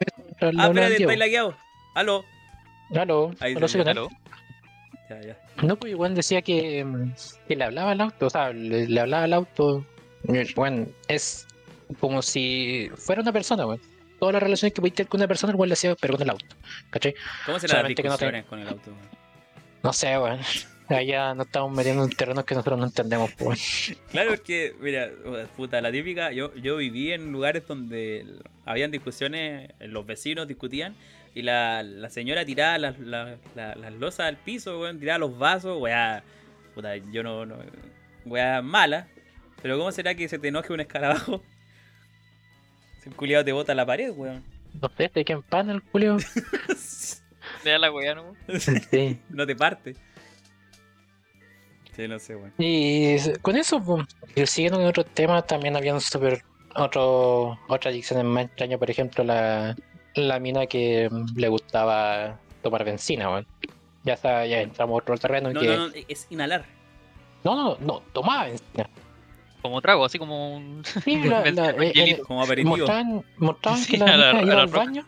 mientras le Ah, hablaba al espérate, Diego. estáis lagueado. Aló. Aló, Ahí aló, sí, sí, ya. ¿qué tal? ¿Aló? Ya. No, pues igual decía que le hablaba al auto, o sea, le hablaba al auto. Bueno, es como si fuera una persona, weón. Todas las relaciones que podía tener con una persona, igual le hacía, pero con el auto, ¿cachai? ¿Cómo serán las Solamente que no te. discusiones con el auto? Weón? No sé, weón. Allá nos estamos metiendo en terrenos que nosotros no entendemos, pues, weón. Claro, porque, mira, puta, la típica, yo viví en lugares donde habían discusiones, los vecinos discutían, y la señora tiraba las losas al piso, weón, tiraba los vasos, weá, puta, yo no, weá mala, pero ¿cómo será que se te enoje un escarabajo? Si un culiado te bota a la pared, weón. No sé, te queda en pan el Julio. Le da la weá, ¿no? Sí. No te parte. Sí, no sé, weón. Y con eso, pues, y siguiendo con otros temas, también habían otras adicciones más extrañas, por ejemplo, la mina que le gustaba tomar benzina, weón. Ya entramos a otro terreno en No, que. no, es inhalar. No, tomaba benzina. Como trago, así como un. Sí, Angelito. Como aperitivo. mostraban Sí, que la a la- mina a iba la al roca. baño,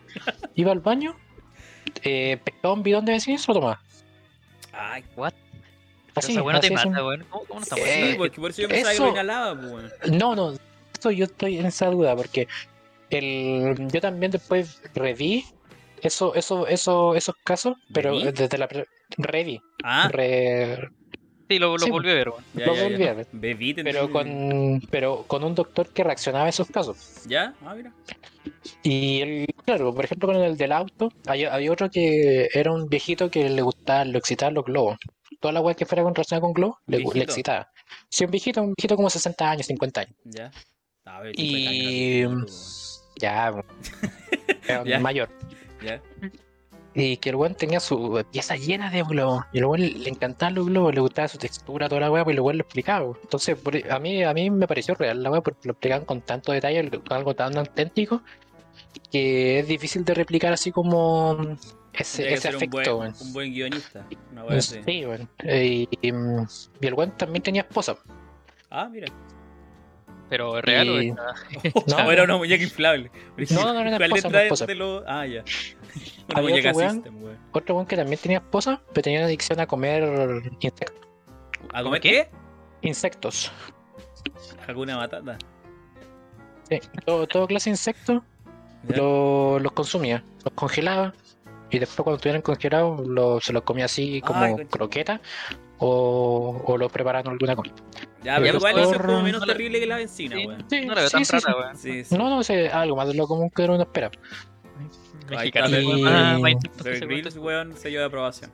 pescaba un bidón de benzina y se lo tomaba. Ay, What? Así, Esa weá no te así, así. mata, weón. ¿Cómo no está Eh, muerto? sí, porque por eso yo pensaba que lo eso- inhalaba, pues, weón. No, eso yo estoy en esa duda porque yo también después reví esos casos, pero ¿Reví? desde reví, Ah, Sí, lo sí, volví a ver, weón. ya, lo ya, volví ya. a ver, Bebí, te pero entendí. con un doctor que reaccionaba a esos casos. ¿Ya? Ah, mira. Y claro, por ejemplo, con el del auto, había otro que era un viejito que le gustaba, lo excitaban los globos. Toda la weá que fuera con relación con globos ¿Un le viejito? excitaba. Sí, un viejito como 60 años, 50 años. Ya. A ver, 50 años no es Y viejito, po, ya, era un Ya. mayor. ya. Y que el weón tenía su pieza llena de globos. Y el weón le encantaban los globos, le gustaba su textura, toda la weá, pues el weón lo explicaba. Entonces, a mí me pareció real la weá, porque lo explicaban con tanto detalle, algo tan auténtico, que es difícil de replicar así como Tendría que ese ser afecto, weón. un buen guionista. Una wea así. Sí, weón. Y el weón también tenía esposa. Ah, mira. Pero es real, Y- weón. No, O era una muñeca inflable. No, era una ¿Cuál esposa, letra una esposa. de lo... Ah, ya. Una Había muñeca otro weón. system, weón. Otro weón que también tenía esposa, pero tenía una adicción a comer ¿A comer qué? qué? insectos. Hakuna Matata. Sí, todo clase de insectos ¿Ya? los consumía, los congelaba y después cuando estuvieran congelados se los comía así como Ay, concha. croqueta o lo preparaban en alguna cosa. Ya, El pero igual eso es como doctor- menos No le- terrible que la benzina, Sí, weón. Sí, no la veo sí, tan sí, rara, sí. weón. Sí, sí. No, sé, algo más de lo común que uno espera. Mexicano, está, weón, y- más instintos que Bear ese Grylls, weón. weón, sello de aprobación.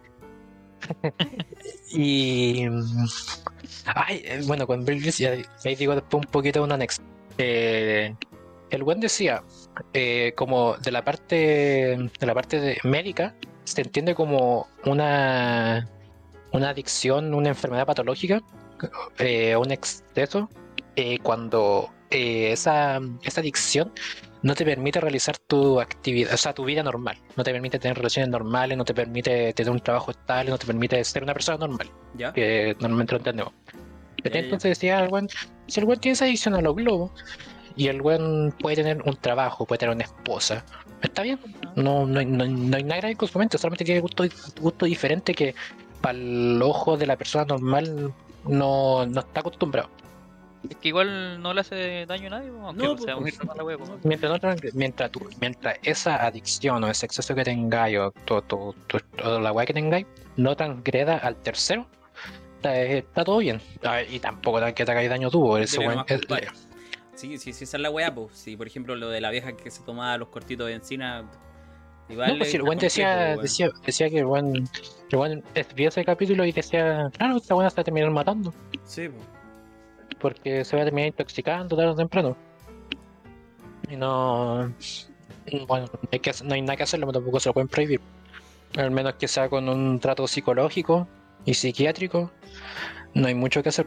Y. Bueno, con Bill Gates, ya ahí digo después un poquito de un anexo. El buen decía, como de la parte médica, se entiende como una adicción, una enfermedad patológica, un exceso, cuando esa adicción no te permite realizar tu actividad, o sea, tu vida normal. No te permite tener relaciones normales, no te permite tener un trabajo estable, no te permite ser una persona normal, ¿Ya? que normalmente lo entendemos. Ya. Entonces decía el buen, si el buen tiene esa adicción a los globos y el buen puede tener un trabajo, puede tener una esposa, está bien. No hay nada grave con su mente, solamente tiene gusto diferente que para el ojo de la persona normal no está acostumbrado. Es que igual no le hace daño a nadie, weón, aunque No, no sea pues, muy rara la weá, weón. Mientras esa adicción o ese exceso que tengáis o toda la weá que tengáis no transgreda al tercero, está todo bien. Y tampoco que te hagáis daño tú. Ese Dele weón nomás, compadre. Sí, esa es la weá, pues. Si, por ejemplo, lo de la vieja que se tomaba los cortitos de encina, igual No, pues si el es buen complejo, decía que el buen vio ese capítulo y decía, claro, esta buena se va a terminar matando, Sí, pues. porque se va a terminar intoxicando tarde o temprano. Y no, bueno, no hay nada que hacerlo, pero tampoco se lo pueden prohibir. Al menos que sea con un trato psicológico y psiquiátrico, no hay mucho que hacer.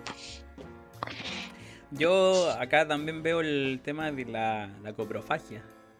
Yo acá también veo el tema de la coprofagia.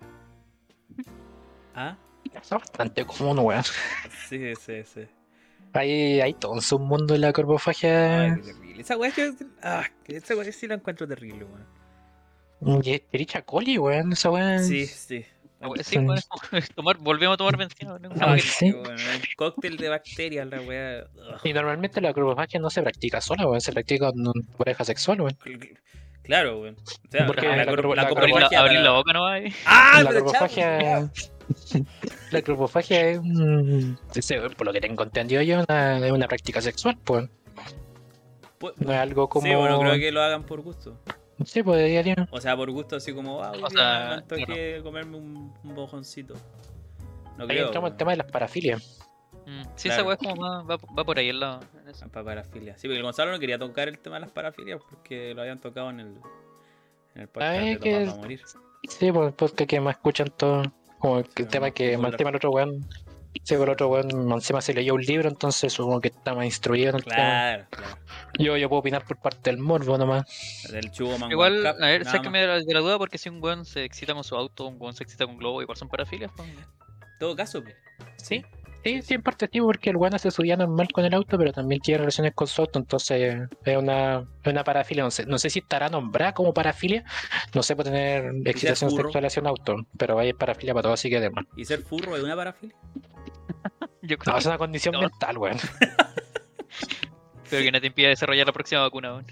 ¿Ah? Está bastante común, weón. Sí. Hay todo en su mundo en la Ay, corpofagia. qué terrible. Esa weá esa weá sí la encuentro terrible, weón. Y es Chiricha Coli, weón, esa weón. Sí. Sí, bueno, volvemos a tomar benzina. ¿No? Ah, sí. Bueno, un cóctel de bacterias, la weá. Y normalmente la acrobacia no se practica sola, weón, se practica con pareja sexual, weón. Claro, weón. O sea, Porque la la acrobacia Abrir la para- boca no hay. ¡Ah! La pero chavo, acrobacia. La acrobacia es por lo que tengo entendido yo, es una práctica sexual, pues. pues, No es algo como. Sí, bueno, creo que lo hagan por gusto. Sí, pues de día a día. O sea, por gusto, así como, hoy O día sea, me antojé comerme un bojoncito. No Ahí creo. entramos al tema de las parafilias. Sí, Claro. esa weá es como va por ahí el lado. en eso. Para parafilia. Sí, porque el Gonzalo no quería tocar el tema de las parafilias porque lo habían tocado en el podcast Ay, de que- Tomás va a morir. Sí, pues porque que más escuchan todo. Como el Sí, tema no, que como más la- tema el otro weón. Sí, pues el otro weón encima se leyó un libro, entonces supongo que está más instruido en el tema. Claro, claro. Yo puedo opinar por parte del morbo nomás. Del Chubo Man Igual, World Cup, a ver, nada sáqueme de la duda porque si un weón se excita con su auto, un weón se excita con globo, igual son parafilias. Pues. más. En todo caso, pues. Sí, sí, en parte sí, porque el weón hace su día normal con el auto, pero también tiene relaciones con su auto, entonces es una parafilia. No sé si estará nombrada como parafilia, no sé, puede tener excitación furro. sexual hacia un auto, pero hay parafilia para todo, así que demás. ¿Y ser furro es una parafilia? Yo creo No, es una condición No. mental, weón. pero que no te impida desarrollar la próxima vacuna. Weón.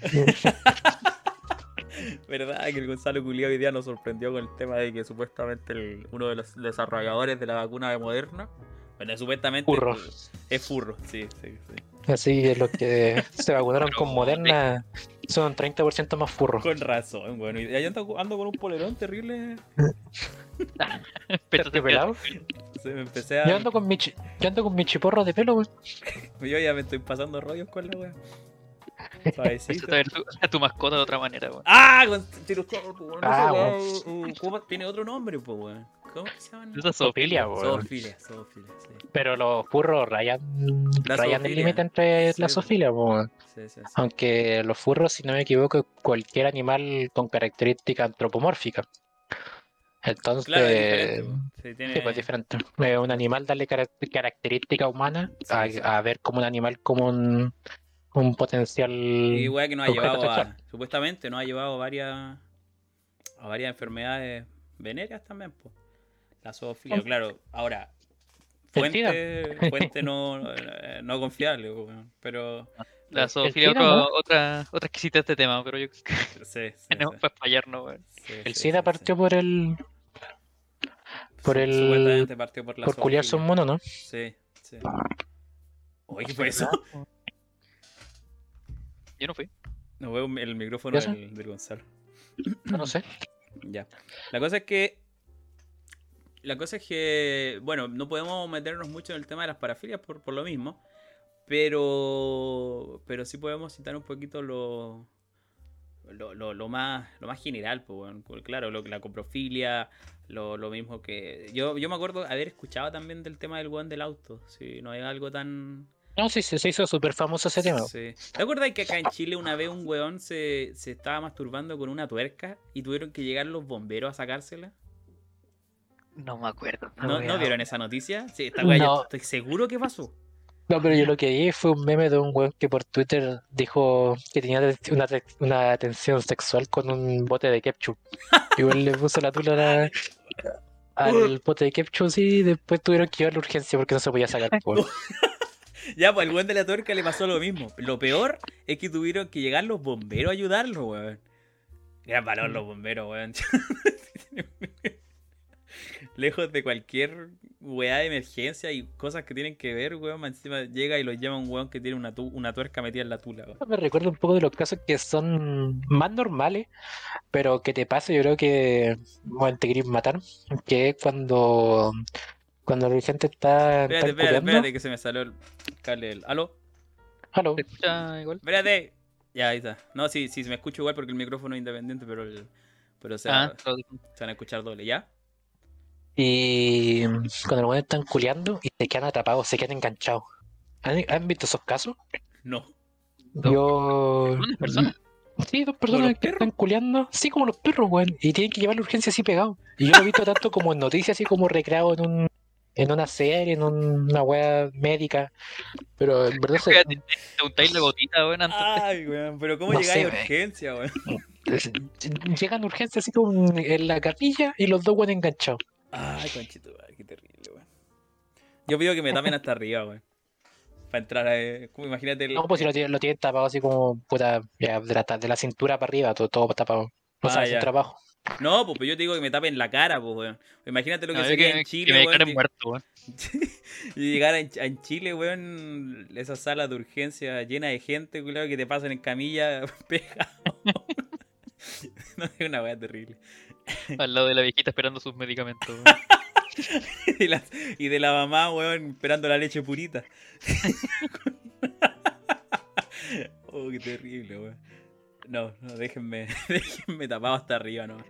¿Verdad? Que el Gonzalo Culiao hoy día nos sorprendió con el tema de que supuestamente uno de los desarrolladores de la vacuna de Moderna, bueno, supuestamente Furro. es furro, sí, sí, sí. Así que los que se vacunaron Pero, con Moderna son 30% más furros. Con razón, bueno. Y yo ando con un polerón terrible. Pero ¿Qué pelado? Me empecé a. Yo ando con mi chiporro de pelo, weón. Yo ya me estoy pasando rollos con la wea. Empezó Suavecito. a ver a tu mascota de otra manera. Weón. ¡Ah! Con Tiroscopio, weón. Ah, ¿Cómo? Tiene otro nombre, pues, weón. ¿Cómo se llama? Esa es Zoofilia, weón. Zoofilia, sí. Pero los furros rayan La el zoofilia. límite entre Sí, la po. zoofilia, weón. Sí. Aunque los furros, si no me equivoco, es cualquier animal con característica antropomórfica. Entonces, Claro, es diferente, po. Sí, sí, tiene. pues diferente. Un animal darle característica humana Sí. a ver como un animal como un potencial. Y wea que nos ha objeto llevado sexual. supuestamente nos ha llevado a varias enfermedades venéreas también, pues. La zoofilia, claro. Ahora, El fuente no confiable, weón, pero La zoofilia SIDA, es ¿no? otra exquisita este tema, pero yo sí. tenemos para fallarnos, weón. El SIDA partió por Supuestamente partió por la por culiarse un zoofilia. mono, ¿no? Sí. Oye, ¿qué fue eso? Yo no fui. No veo el micrófono ¿Y eso? del Gonzalo. No sé. Ya. La cosa es que, bueno, no podemos meternos mucho en el tema de las parafilias por lo mismo, pero sí podemos citar un poquito lo más general, pues, bueno, claro, la coprofilia, lo mismo que yo me acuerdo haber escuchado también del tema del weón del auto, si no es algo tan. No, sí, se hizo súper famoso ese tema. Sí. ¿Te acuerdas que acá en Chile una vez un weón se estaba masturbando con una tuerca y tuvieron que llegar los bomberos a sacársela? No me acuerdo. ¿No vieron esa noticia? Sí, esta weá, No. yo estoy seguro que pasó. No, pero yo lo que vi fue un meme de un weón que por Twitter dijo que tenía una tensión sexual con un bote de ketchup. Igual le puso la tula al bote de ketchup y después tuvieron que llevarle a urgencia porque no se podía sacar. Po. Ya, pues al weón de la tuerca le pasó lo mismo. Lo peor es que tuvieron que llegar los bomberos a ayudarlo, weón. Gran valor los bomberos, weón. Lejos de cualquier weá de emergencia y cosas que tienen que ver, weón. Encima llega y los llama un weón que tiene una tuerca metida en la tula, weón. Me recuerda un poco de los casos que son más normales, pero que te pasa, yo creo que bueno, te querés matar, que es cuando la gente está culiando. Espérate, que se me salió el cable del. ¿Aló? Aló. ¿Se escucha igual? Espérate. Ya, ahí está. No, sí, me escucho igual porque el micrófono es independiente, pero o sea, Ah, lo dijo. se van a escuchar doble, ¿ya? Y cuando los buenos están culiando y se quedan atrapados, se quedan enganchados. ¿Han visto esos casos? No. Yo. ¿Una persona? Sí, dos ¿Como personas los que perros? están culiando. Sí, como los perros, weón. Y tienen que llevar la urgencia así pegado. Y yo lo he visto tanto como en noticias, así como recreado en una serie, en una wea médica. Pero en verdad Te untáis la gotita, weón, antes de- Ay, weón, pero ¿cómo No llegáis a sé, urgencia, weón? llegan urgencias así como en la capilla y los dos weones enganchados. Ay, Ay, conchito, qué terrible, weón. Yo pido que me tapen hasta arriba, weón. Para entrar a... como imagínate No, pues si lo tienen tapado así como, puta, ya, de la cintura para arriba, todo tapado. O sea, Ah, la ya. cintura abajo. No, pues yo te digo que me tapen la cara, pues, weón. Imagínate lo que No, sería en que Chile, me weón. declaren muerto, weón. Y llegar en Chile, weón, esas salas de urgencia llenas de gente, culiao, que te pasan en camilla pegado. No, es una weá terrible. Al lado de la viejita esperando sus medicamentos, weón. Y de la mamá, weón, esperando la leche purita. Oh, qué terrible, weón. No, déjenme tapado hasta arriba, no.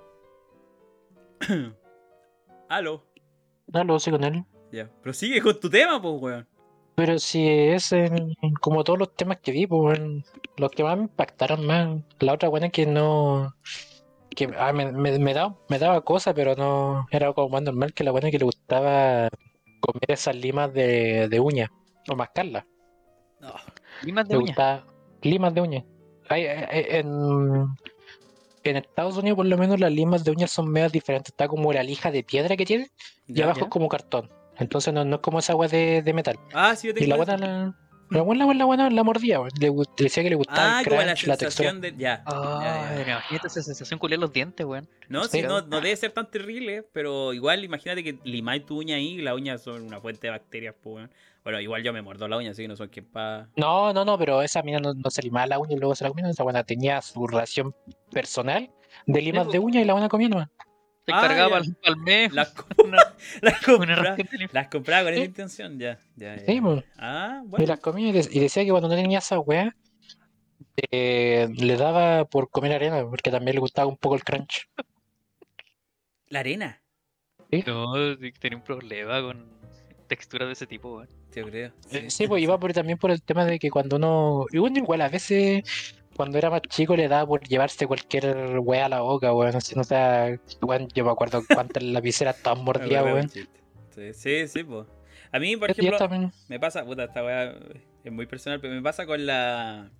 Aló. Dale, sí con él. Ya. Pero sigue con tu tema, pues, weón. Pero si es como todos los temas que vi, pues, weón, los que más me impactaron más. La otra buena que no. Que me daba cosa, pero no. Era como más normal que la buena que le gustaba comer esas limas de uña. O mascarlas. No. Limas de Le uña. gustaba limas de uña. En Estados Unidos, por lo menos, las limas de uñas son medias diferentes. Está como la lija de piedra que tiene y ¿Ya? abajo ¿Ya? es como cartón. Entonces no es como esa agua de metal. Ah, sí, yo Y tengo la eso. buena la buena la mordía, weón. Le decía que le gustaba Ah, el como la crunch, la textura. sensación de... Ya, Ay, ya. imagínate esa sensación culiar los dientes, weón. No, Sí. sí, no debe ser tan terrible, pero igual imagínate que limáis tu uña ahí y las uñas son una fuente de bacterias, pues, weón. Bueno, igual yo me muerdo la uña, así que no soy quien pa... No, pero esa mina no se limaba la uña y luego se la comía. Esa buena tenía su ración personal de limas de uña y la buena comía nomás. Se Ah, encargaba ya. al mes Las, una, las, una compra- ración de lim- las compraba con esa Sí. intención, ya. Sí, pues. Ah, Y bueno. las comía y decía que cuando no tenía esa weá, le daba por comer arena, porque también le gustaba un poco el crunch. La arena, No, sí que tenía un problema con texturas de ese tipo, weón. yo creo. Sí, pues iba también por el tema de que cuando uno. Y bueno, igual a veces cuando era más chico le daba por llevarse cualquier weá a la boca, weón. Así, no sé, weón, yo me acuerdo cuántas lapiceras estaban Me mordidas, acordé de un weón. chiste. Sí, pues. A mí, por Yo ejemplo, también. me pasa, puta, esta weá es muy personal, pero me pasa con la...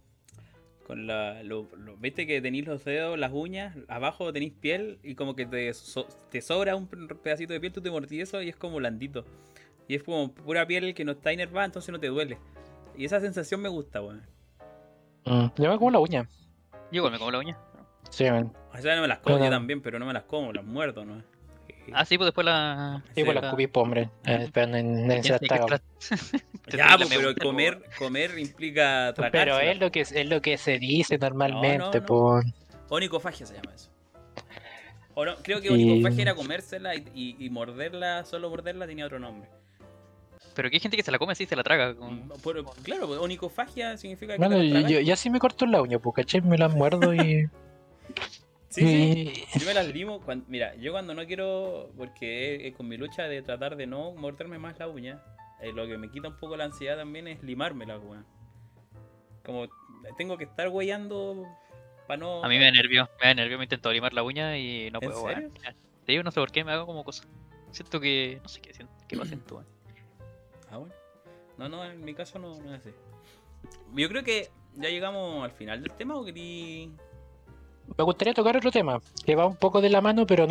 ¿Viste que tenéis los dedos, las uñas, abajo tenéis piel y como que te sobra un pedacito de piel, tú te mordís eso y es como blandito. Y es como pura piel que no está inervada, entonces no te duele. Y esa sensación me gusta, weón. Yo me como la uña. Yo igual me como la uña. Sí, weón. O sea, no me las como Pero yo no. también, pero no me las como, las muerdo, ¿no? Ah, sí, pues después la. Sí, pues Sí. la escupí, po, hombre. Pero nadie se la Tienes que traga. Ya, pues, me pero gusta, weón. comer implica Pero tragársela. es lo que se dice normalmente, no. pues. Onicofagia se llama eso. O no, creo que Y- onicofagia era comérsela y morderla, solo morderla tenía otro nombre. Pero que hay gente que se la come así, se la traga. Claro, pues, onicofagia significa que Bueno, te la tragáis. yo sí me corto la uña, pues, ¿cachai? Me la muerdo y. Sí. Yo me las limo mira, yo cuando no quiero, porque con mi lucha de tratar de no morderme más la uña, lo que me quita un poco la ansiedad también es limarme la uña. Como tengo que estar huellando para no... A mí me da nervio, me intento limar la uña y no ¿En puedo, serio? weón. Te digo, no sé por qué, me hago como cosa. Siento que, no sé qué, qué lo siento, weón. Ah, bueno. No, en mi caso no es así. Yo creo que ya llegamos al final del tema o querí... Me gustaría tocar otro tema, que va un poco de la mano, pero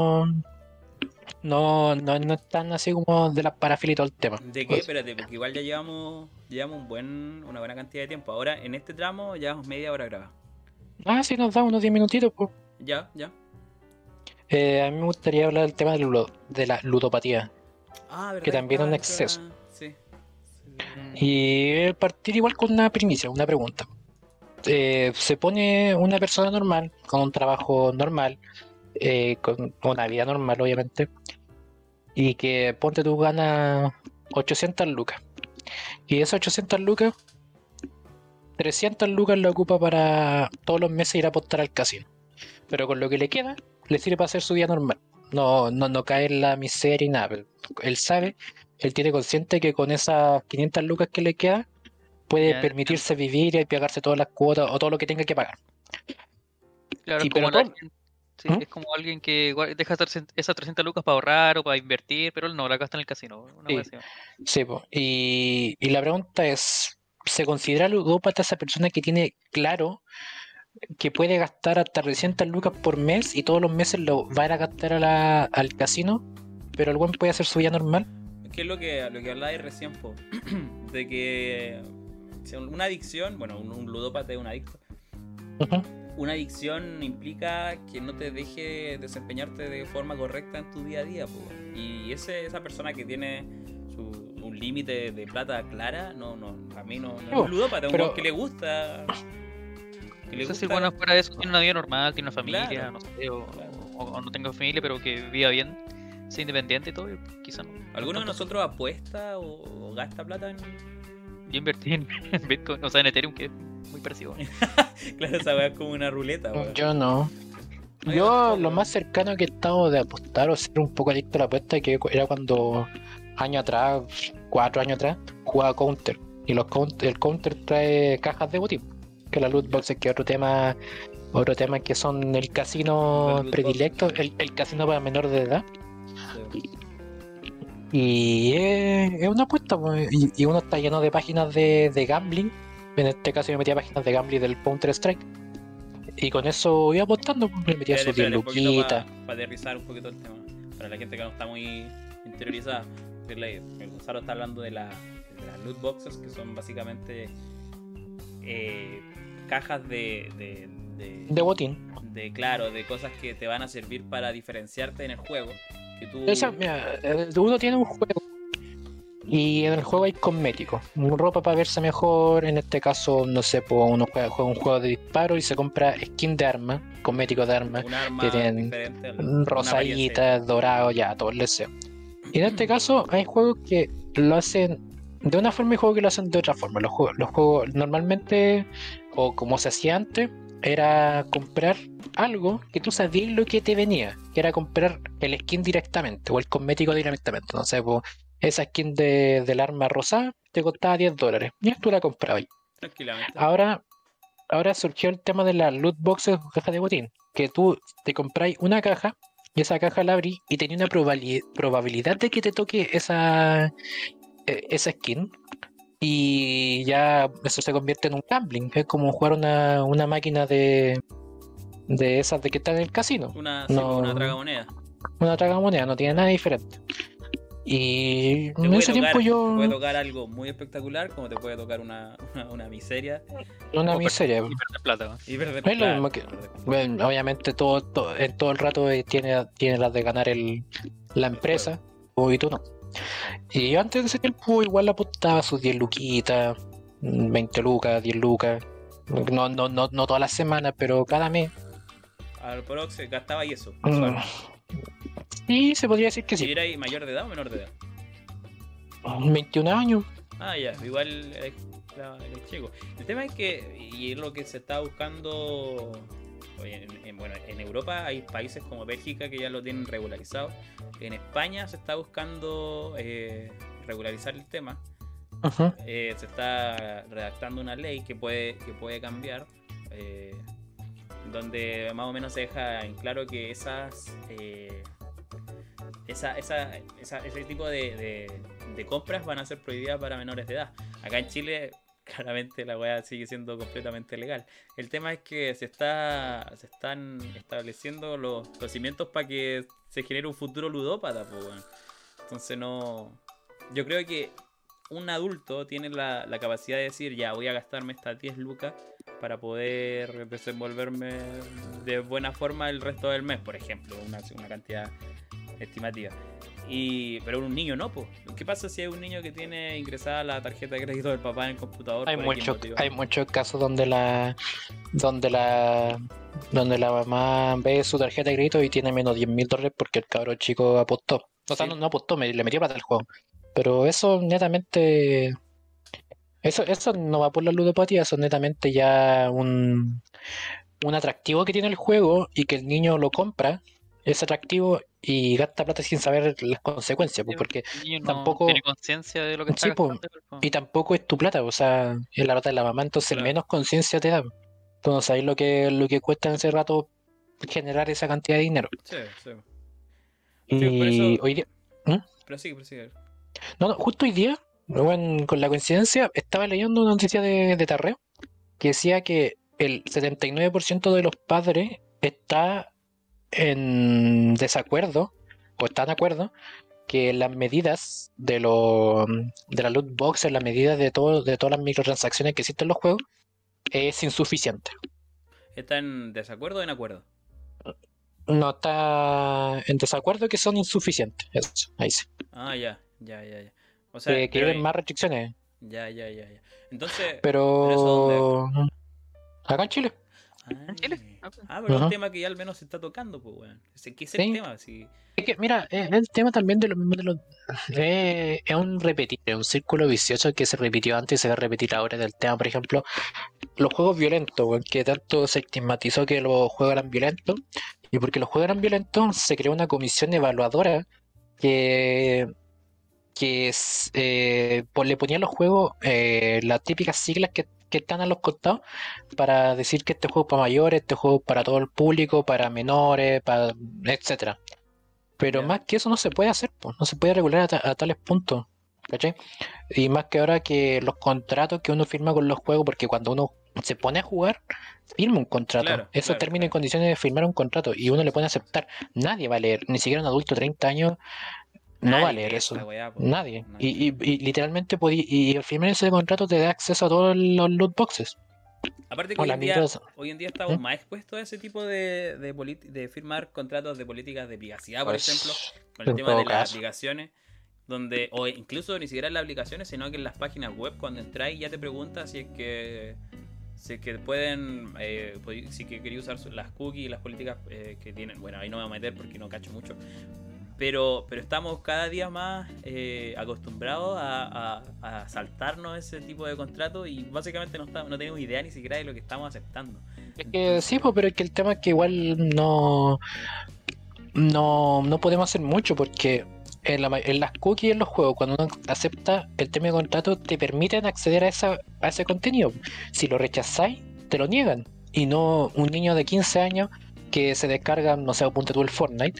no es tan así como de las parafilia y todo el tema. ¿De qué? Espérate, porque igual ya llevamos una buena cantidad de tiempo. Ahora, en este tramo, llevamos media hora grabada. Ah, sí, nos da unos 10 minutitos, pues. Ya. A mí me gustaría hablar del tema de la ludopatía. Ah, ¿verdad? Que también es un está- exceso. Sí. Y partir igual con una primicia, una pregunta. Se pone una persona normal, con un trabajo normal, con una vida normal, obviamente, y que ponte tú ganas 800 lucas. Y esas 800 lucas, 300 lucas la ocupa para todos los meses ir a apostar al casino. Pero con lo que le queda, le sirve para hacer su vida normal. No cae en la miseria y nada. Pero él sabe, él tiene consciente que con esas 500 lucas que le queda, puede Ya, permitirse vivir y pagarse todas las cuotas o todo lo que tenga que pagar. Claro, Y es como pero todo- alguien, sí, ¿Mm? es como alguien que deja esas 300 lucas para ahorrar o para invertir, pero él no la gasta en el casino. Una Sí. wea así. Sí, po. Y la pregunta es, ¿se considera ludópata esa persona que tiene claro que puede gastar hasta 300 lucas por mes y todos los meses lo va a ir a gastar al casino, pero el buen puede hacer su vida normal. ¿Qué es lo que hablabais recién, po? De que una adicción, bueno, un ludópata es un adicto. Ujú. Una adicción implica que no te deje desempeñarte de forma correcta en tu día a día, po. Y esa persona que tiene un límite de plata clara, a mí no es un ludópata, es un pero- weón que le gusta. Que le No sé si gusta. bueno, fuera de eso tiene una vida normal, tiene una familia, Claro, no sé, o, claro. o no tenga familia, pero que viva bien, sea independiente y todo, quizá no. ¿Alguno de tanto. nosotros apuesta o gasta plata en...? Yo invertí en Bitcoin, o sea, en Ethereum, que es muy parecido. Claro, esa weá es como una ruleta, weón. Yo no. No, Yo tampoco. lo más cercano que he estado de apostar o ser un poco adicto a la apuesta que era cuando años atrás, 4 años atrás, jugaba Counter. Y el Counter trae cajas de botín. Que la loot boxes, que otro tema que son el casino Los loot predilecto, el casino para menor de edad. Y es una apuesta, pues, y uno está lleno de páginas de gambling. En este caso yo metía páginas de gambling del Counter Strike. Y con eso iba apostando, pues, me metía sus 10 luquitas. Para aterrizar un poquito el tema. Para la gente que no está muy interiorizada. El Gonzalo está hablando de las loot boxes, que son básicamente cajas De botín. claro, de cosas que te van a servir para diferenciarte en el juego. Que tú... Mira, uno tiene un juego y en el juego hay cosméticos, ropa para verse mejor. En este caso, no sé, pues uno juega un juego de disparo y se compra skin de arma, cosméticos de arma, un arma que tienen diferente, una rosaditas, dorado, ya, todo el deseo. Y en este caso hay juegos que lo hacen de una forma y juegos que lo hacen de otra forma. Los juegos normalmente, o como se hacía antes, era comprar algo que tú sabías lo que te venía, que era comprar el skin directamente o el cosmético directamente. No sé, pues, esa skin del arma rosada te costaba $10 y tú la comprabas. tranquilamente. Ahora surgió el tema de las loot boxes o cajas de botín, que tú te compráis una caja y esa caja la abrís y tenía una probabilidad de que te toque esa skin. Y ya eso se convierte en un gambling, es como jugar una máquina de esas de que están en el casino. Una tragamoneda. Una tragamoneda, no tiene nada diferente. Y Te en puede ese tocar, tiempo te puede yo. tocar algo muy espectacular, como te puede tocar una miseria Una O miseria. Y perder plata, ¿no? y perder Es lo plata, mismo que. perder plata. Bueno, obviamente en todo el rato tiene las de ganar la empresa, y tú no. Y yo antes de ese tiempo igual apostaba sus 10 luquitas, 20 lucas, 10 lucas. No todas las semanas, pero cada mes. Al Prox gastaba y eso, Mm, mensual. Sí, se podría decir que ¿Y sí. era ahí mayor de edad o menor de edad? 21 años. Ah, ya, igual es chico. El tema es que, y es lo que se está buscando, oye, en Europa hay países como Bélgica que ya lo tienen regularizado. En España se está buscando regularizar el tema. Ujú. Se está redactando una ley que puede cambiar, donde más o menos se deja en claro que ese tipo de compras van a ser prohibidas para menores de edad. Acá en Chile, claramente la weá sigue siendo completamente legal. El tema es que se están estableciendo los cimientos para que se genere un futuro ludópata, pues, bueno. Entonces yo creo que un adulto tiene la capacidad de decir, ya voy a gastarme estas 10 lucas para poder desenvolverme de buena forma el resto del mes, por ejemplo, una cantidad estimativa. Pero un niño no, pues. ¿Qué pasa si hay un niño que tiene ingresada la tarjeta de crédito del papá en el computador? Hay por X muchos, motivo? hay muchos casos donde donde la mamá ve su tarjeta de crédito y tiene menos $10.000 porque el cabro chico apostó. O sea, Sí. no apostó, le metió plata al juego. Pero eso netamente. Eso no va por la ludopatía, eso es netamente ya un atractivo que tiene el juego y que el niño lo compra, es atractivo y gasta plata sin saber las consecuencias, pues, porque El niño no tampoco. tiene conciencia de lo que está Sí, pues, gastando. Pero, y tampoco es tu plata, o sea, es la plata de la mamá, entonces Claro. menos conciencia te da. Tú no sabes lo que cuesta en ese rato generar esa cantidad de dinero. Sí, sí. Y Sí, por eso- hoy día. ¿Mm? Prosigue. No, justo hoy día, bueno, con la coincidencia, estaba leyendo una noticia de Tarreo que decía que el 79% de los padres está en desacuerdo, o está de acuerdo, que las medidas de la loot box, las medidas de todas las microtransacciones que existen en los juegos, es insuficiente. ¿Está en desacuerdo o en acuerdo? No, está en desacuerdo que son insuficientes. Eso, ahí sí. Ah, ya. O sea, Que quieren más restricciones. Ya. Entonces, ¿eso Pero dónde? acá en Chile. ¿En Chile? Pero es un Ajá. tema que ya al menos se está tocando, pues, weón. ¿Qué es el Sí. tema? Sí. Es que, mira, el tema también de los es un repetir, es un círculo vicioso que se repitió antes y se va a repetir ahora del tema, por ejemplo, los juegos violentos, weón, que tanto se estigmatizó que los juegos eran violentos, y porque los juegos eran violentos se creó una comisión evaluadora que pues le ponía a los juegos las típicas siglas que están a los costados para decir que este juego es para mayores, este juego es para todo el público, para menores, etcétera. Pero Ya. más que eso no se puede hacer, pues, no se puede regular a tales puntos, ¿cachai? Y más que ahora que los contratos que uno firma con los juegos, porque cuando uno se pone a jugar, firma un contrato. Claro, Eso claro, termina en claro. condiciones de firmar un contrato y uno le pone a aceptar. Nadie va a leer, ni siquiera un adulto de 30 años no va a Nadie leer lee eso. esa weá, po. Nadie. Nadie. Y literalmente y al firmar ese contrato te da acceso a todos los loot boxes. Aparte que O hoy las en día, micros. hoy en día estamos más expuestos a ese tipo de firmar contratos de políticas de privacidad, por ejemplo, con el En tema de todo las caso. aplicaciones, donde, o incluso ni siquiera en las aplicaciones, sino que en las páginas web, cuando entráis ya te pregunta si es que pueden, si que queréis usar las cookies y las políticas que tienen. Bueno, ahí no me voy a meter porque no cacho mucho. Pero estamos cada día más acostumbrados a saltarnos ese tipo de contratos y básicamente no tenemos idea ni siquiera de lo que estamos aceptando. Es que sí, pues, pero es que el tema es que igual no podemos hacer mucho porque en las cookies en los juegos, cuando uno acepta el tema de contrato, te permiten acceder a ese contenido. Si lo rechazáis, te lo niegan. Y no un niño de 15 años que se descarga, no sé, apunta tú el Fortnite,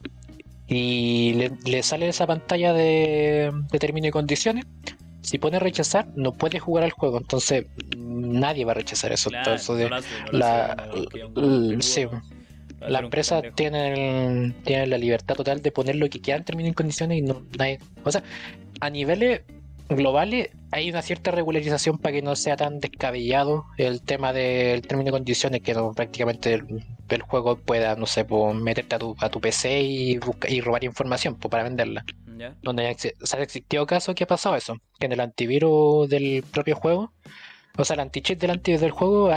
y le sale esa pantalla de términos y condiciones. Si pone rechazar, no puede jugar al juego. Entonces, nadie va a rechazar eso. Claro, Entonces, no lo hace como que un peludo, sí, ¿no? Lo va a las hacer un empresas pendejo. tienen la libertad total de poner lo que quieran en términos y condiciones y no nadie. O sea, a niveles globales hay una cierta regularización para que no sea tan descabellado el tema del término y condiciones, que no, prácticamente el juego pueda, no sé, pues, meterte a tu PC y robar información pues, para venderla. ¿Ya? Donde ha existido casos que ha pasado eso, que en el antivirus del propio juego, o sea, el anti-cheat del antivirus del juego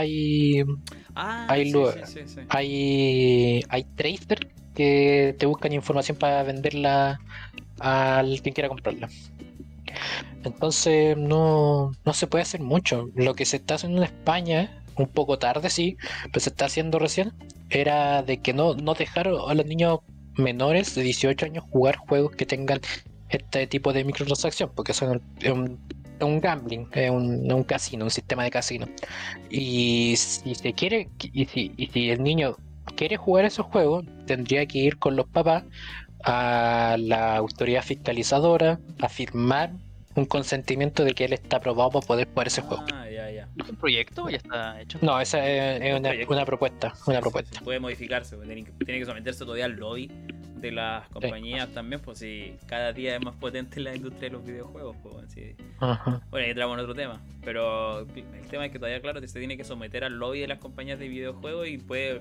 hay, Sí. hay tracer que te buscan información para venderla al quien quiera comprarla. Entonces no se puede hacer mucho. Lo que se está haciendo en España, un poco tarde sí, pero se está haciendo recién, era de que no dejar a los niños menores de 18 años jugar juegos que tengan este tipo de microtransacción, porque son un gambling, es un casino, un sistema de casino. Y si se quiere, y si el niño quiere jugar esos juegos, tendría que ir con los papás a la autoridad fiscalizadora a firmar un consentimiento de que él está aprobado para poder jugar ese juego. Ya. ¿Es un proyecto o ya está hecho? No, esa es Un proyecto. una propuesta. Una propuesta. Sí, puede modificarse, pues, tiene que someterse todavía al lobby de las compañías también, pues si cada día es más potente la industria de los videojuegos, pues sí. Ajá. Bueno, ahí entramos en otro tema, pero el tema es que todavía, claro, se tiene que someter al lobby de las compañías de videojuegos y puede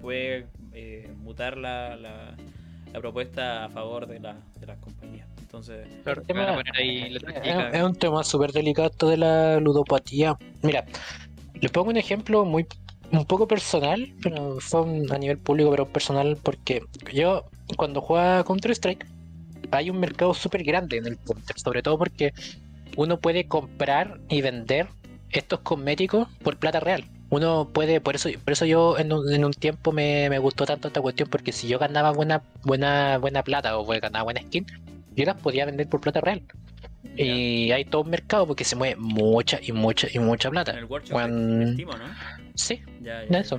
mutar la propuesta a favor de las compañías. Entonces, Claro, El me van a tema- poner ahí letras Es chicas. un tema súper delicado esto de la ludopatía. Mira, le pongo un ejemplo un poco personal, pero fue a nivel público, pero personal, porque yo cuando jugaba Counter-Strike hay un mercado súper grande en el Counter, sobre todo porque uno puede comprar y vender estos cosméticos por plata real. Uno puede, por eso yo en un tiempo me gustó tanto esta cuestión, porque si yo ganaba buena plata o ganaba buena skin, yo las podía vender por plata real. ya. Y hay todo un mercado porque se mueve mucha plata. En el workshop Cuando- de Steam, ¿o ¿no? Sí, Ya. eso.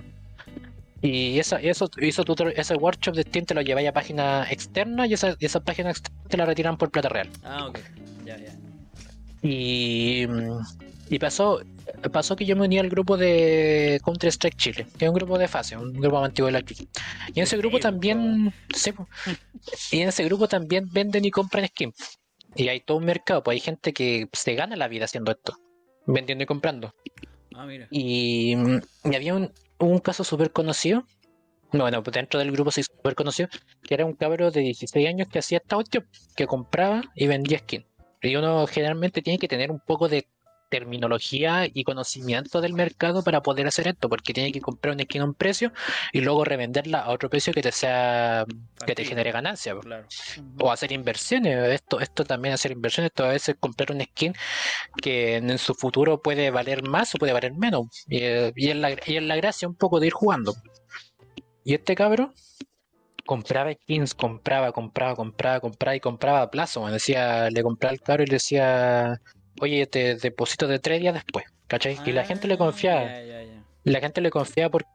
Y ese workshop de Steam te lo lleváis a páginas externas y esa página externa te la retiran por plata real. Ok. Ya. Y pasó, pasó que yo me uní al grupo de Counter Strike Chile, que es un grupo de fase, un grupo antiguo de la Chile. Y en ese grupo también, sí, po. Y en ese grupo también venden y compran skins. Y hay todo un mercado, pues hay gente que se gana la vida haciendo esto, vendiendo y comprando. Ah, mira. Y había un caso súper conocido, bueno, pues dentro del grupo sí súper conocido, que era un cabro de 16 años que hacía esta cuestión, que compraba y vendía skin. Y uno generalmente tiene que tener un poco de terminología y conocimiento del mercado para poder hacer esto, porque tiene que comprar una skin a un precio y luego revenderla a otro precio que te Factible. genere ganancia, po. Claro. O hacer inversiones. Esto también hacer inversiones, esto a veces comprar una skin que en su futuro puede valer más o puede valer menos. Y es la gracia un poco de ir jugando. Y este cabro compraba skins, compraba y compraba a plazo. Me decía, le compraba al cabro y le decía, oye, te deposito de 3 días después, ¿cachai? Y la gente le confiaba. Ya. La gente le confiaba porque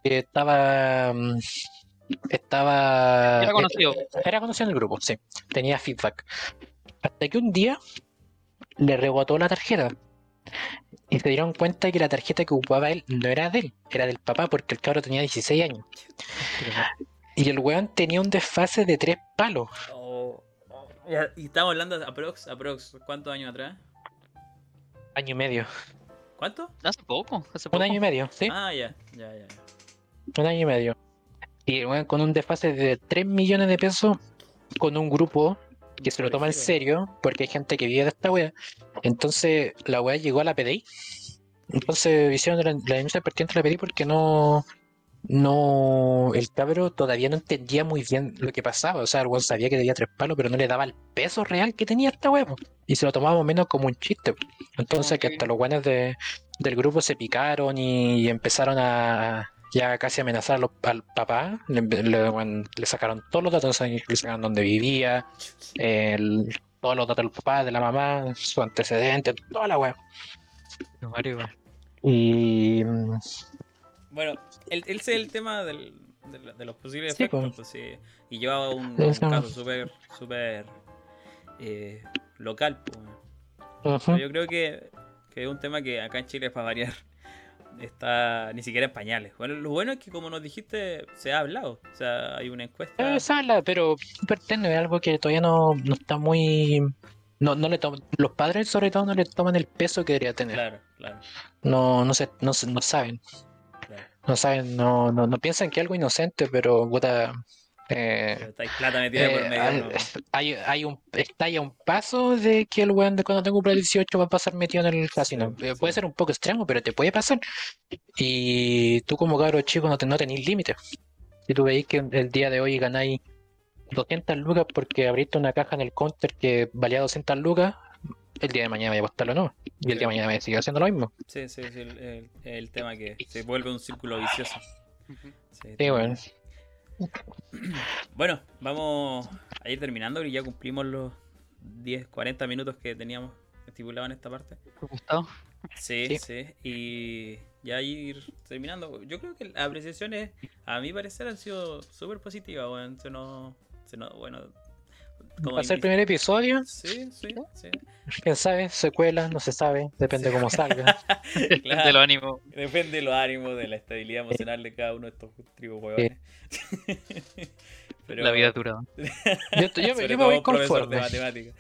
estaba Era conocido. era conocido en el grupo, sí. Tenía feedback. Hasta que un día le rebotó la tarjeta. Y se dieron cuenta que la tarjeta que ocupaba él no era de él, era del papá, porque el cabro tenía 16 años. Y el weón tenía un desfase de 3 palos. Ya, y estamos hablando de aprox, ¿cuántos años atrás? Año y medio. ¿Cuánto? Hace poco. Un año y medio, ¿sí? Ah, ya. Un año y medio. Y el weón con un desfase de 3 millones de pesos, con un grupo que se lo toma en serio, porque hay gente que vive de esta wea. Entonces la wea llegó a la PDI. Entonces hicieron la denuncia pertinente a la PDI porque el cabro todavía no entendía muy bien lo que pasaba. O sea, el weón sabía que debía 3 palos, pero no le daba el peso real que tenía esta wea, po. Y se lo tomaba más o menos como un chiste, po. Entonces que hasta los weones del grupo se picaron y empezaron a ya casi amenazar al papá. Le sacaron todos los datos, le sacaron dónde vivía, todos los datos del papá, de la mamá, su antecedente, toda la wea. Mario, weón. Y Bueno, él es el tema de los posibles Sí, efectos. pues. Pues, sí. Y lleva un Eso. caso súper local. Pues. ujú. Pero yo creo que es un tema que acá en Chile, para variar, está ni siquiera en pañales. Bueno, lo bueno es que, como nos dijiste, se ha hablado. O sea, hay una encuesta. Pero súper tenue, es algo que todavía no está muy. No le los padres, sobre todo, no le toman el peso que debería tener. Claro. No saben. Claro. No saben, no piensan que es algo inocente, pero puta. Pero está ahí plata metida por medio. ¿No? Está ya un paso de que el weón de cuando tengo un 18 va a pasar metido en el casino. Sí. Puede ser un poco extremo, pero te puede pasar. Y tú como cabro chico no tenés límites. Si tú veis que el día de hoy ganáis 200 lucas porque abriste una caja en el counter que valía 200 lucas, el día de mañana vaya a apostarlo no. Y el día de mañana vaya a seguir haciendo lo mismo. Sí, el tema que se vuelve un círculo vicioso. Sí, bueno. Bueno, vamos a ir terminando y ya cumplimos los 40 minutos que teníamos estipulados en esta parte. ¿Gustavo? Sí. Y ya ir terminando. Yo creo que las apreciaciones, a mi parecer, han sido súper positivas. Bueno, Va a ser el primer episodio. Sí. Quién sabe, secuela, no se sabe, depende cómo salga. Claro. De los ánimos. Depende de los ánimos, de la estabilidad emocional de cada uno de estos tribus huevones. Pero La vida dura. Yo sobre me todo voy un profesor de conforme. matemáticas.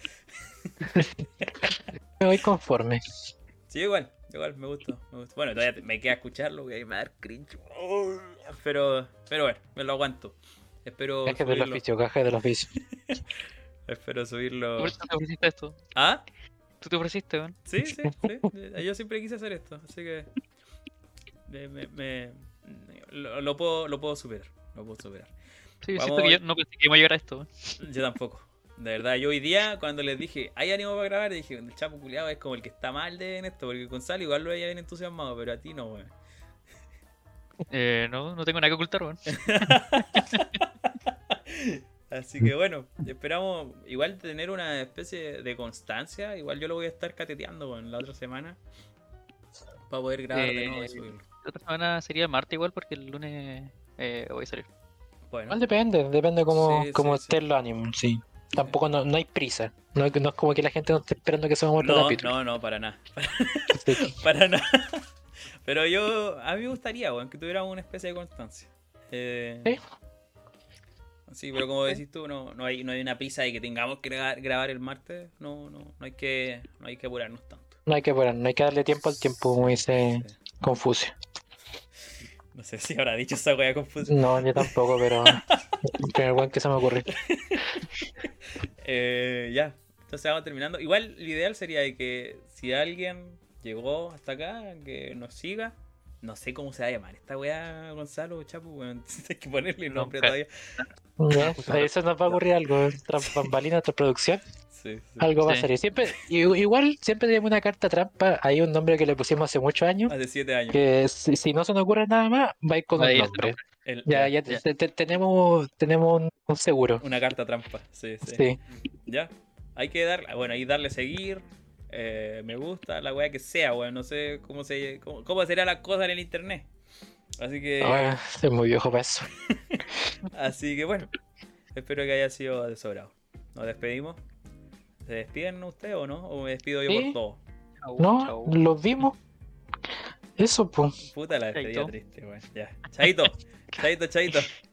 Me voy conforme. Sí, igual me gustó. Bueno, todavía me queda escucharlo, que ahí me va a dar cringe. Pero bueno, me lo aguanto. Espero Caje del oficio. Espero subirlo. ¿Por eso te ofreciste esto? ¿Ah? ¿Tú te ofreciste, weón? Sí. Yo siempre quise hacer esto, así que lo puedo superar. Sí, Vamos. siento que yo no pensé que iba a llegar a esto, weón. Yo tampoco. De verdad, yo hoy día, cuando les dije, ¿hay ánimo para grabar? Dije, el Chapo culiado es como el que está mal en esto, porque Gonzalo igual lo había bien entusiasmado, pero a ti no, weón. No tengo nada que ocultar, weón. Así que bueno, esperamos igual tener una especie de constancia. Igual yo lo voy a estar cateteando la otra semana para poder grabar de nuevo y subirlo. La otra semana sería martes igual porque el lunes voy a salir. Bueno, Igual depende cómo Sí, estén los ánimos, sí. Tampoco no hay prisa. No es como que la gente no esté esperando que se mueva otro capítulo. no, para nada. Sí. Para nada. Pero a mí me gustaría, weón, que tuviéramos una especie de constancia. Sí. Sí, pero como decís tú, no hay una prisa de que tengamos que grabar el martes. No hay que apurarnos tanto. No hay que parar, no hay que darle tiempo al tiempo, como dice Sí. Confucio. No sé si habrá dicho esa wea confusa. No, yo tampoco, pero el primer weón que se me ocurrió. Ya, entonces vamos terminando. Igual lo ideal sería de que si alguien llegó hasta acá, que nos siga. No sé cómo se va a llamar esta weá, Gonzalo, Chapu, weón. Hay que ponerle el nombre Nunca. todavía. Ya, eso nos va a ocurrir algo, tras bambalinas, tras producción. Sí. Algo va a Sí. salir. Igual siempre tenemos una carta trampa. Hay un nombre que le pusimos hace muchos años. Hace 7 años. Que si no se nos ocurre nada más, va a ir con Va a un ir ese nombre. El- Ya, ya, tenemos un seguro. Una carta trampa, sí. Sí. Ya, hay que darle, bueno, ahí darle seguir, me gusta, la weá que sea, weón, no sé cómo serán las cosas en el internet. Así que, Ah, soy muy viejo para eso. bueno, espero que haya sido de sobrado. Nos despedimos. ¿Se despiden ustedes o no? ¿O me despido yo Sí. por todo? Chau, No, chau. los vimos. Eso, pues. Puta la despedida Chaito. triste, weón. Ya. Chaito.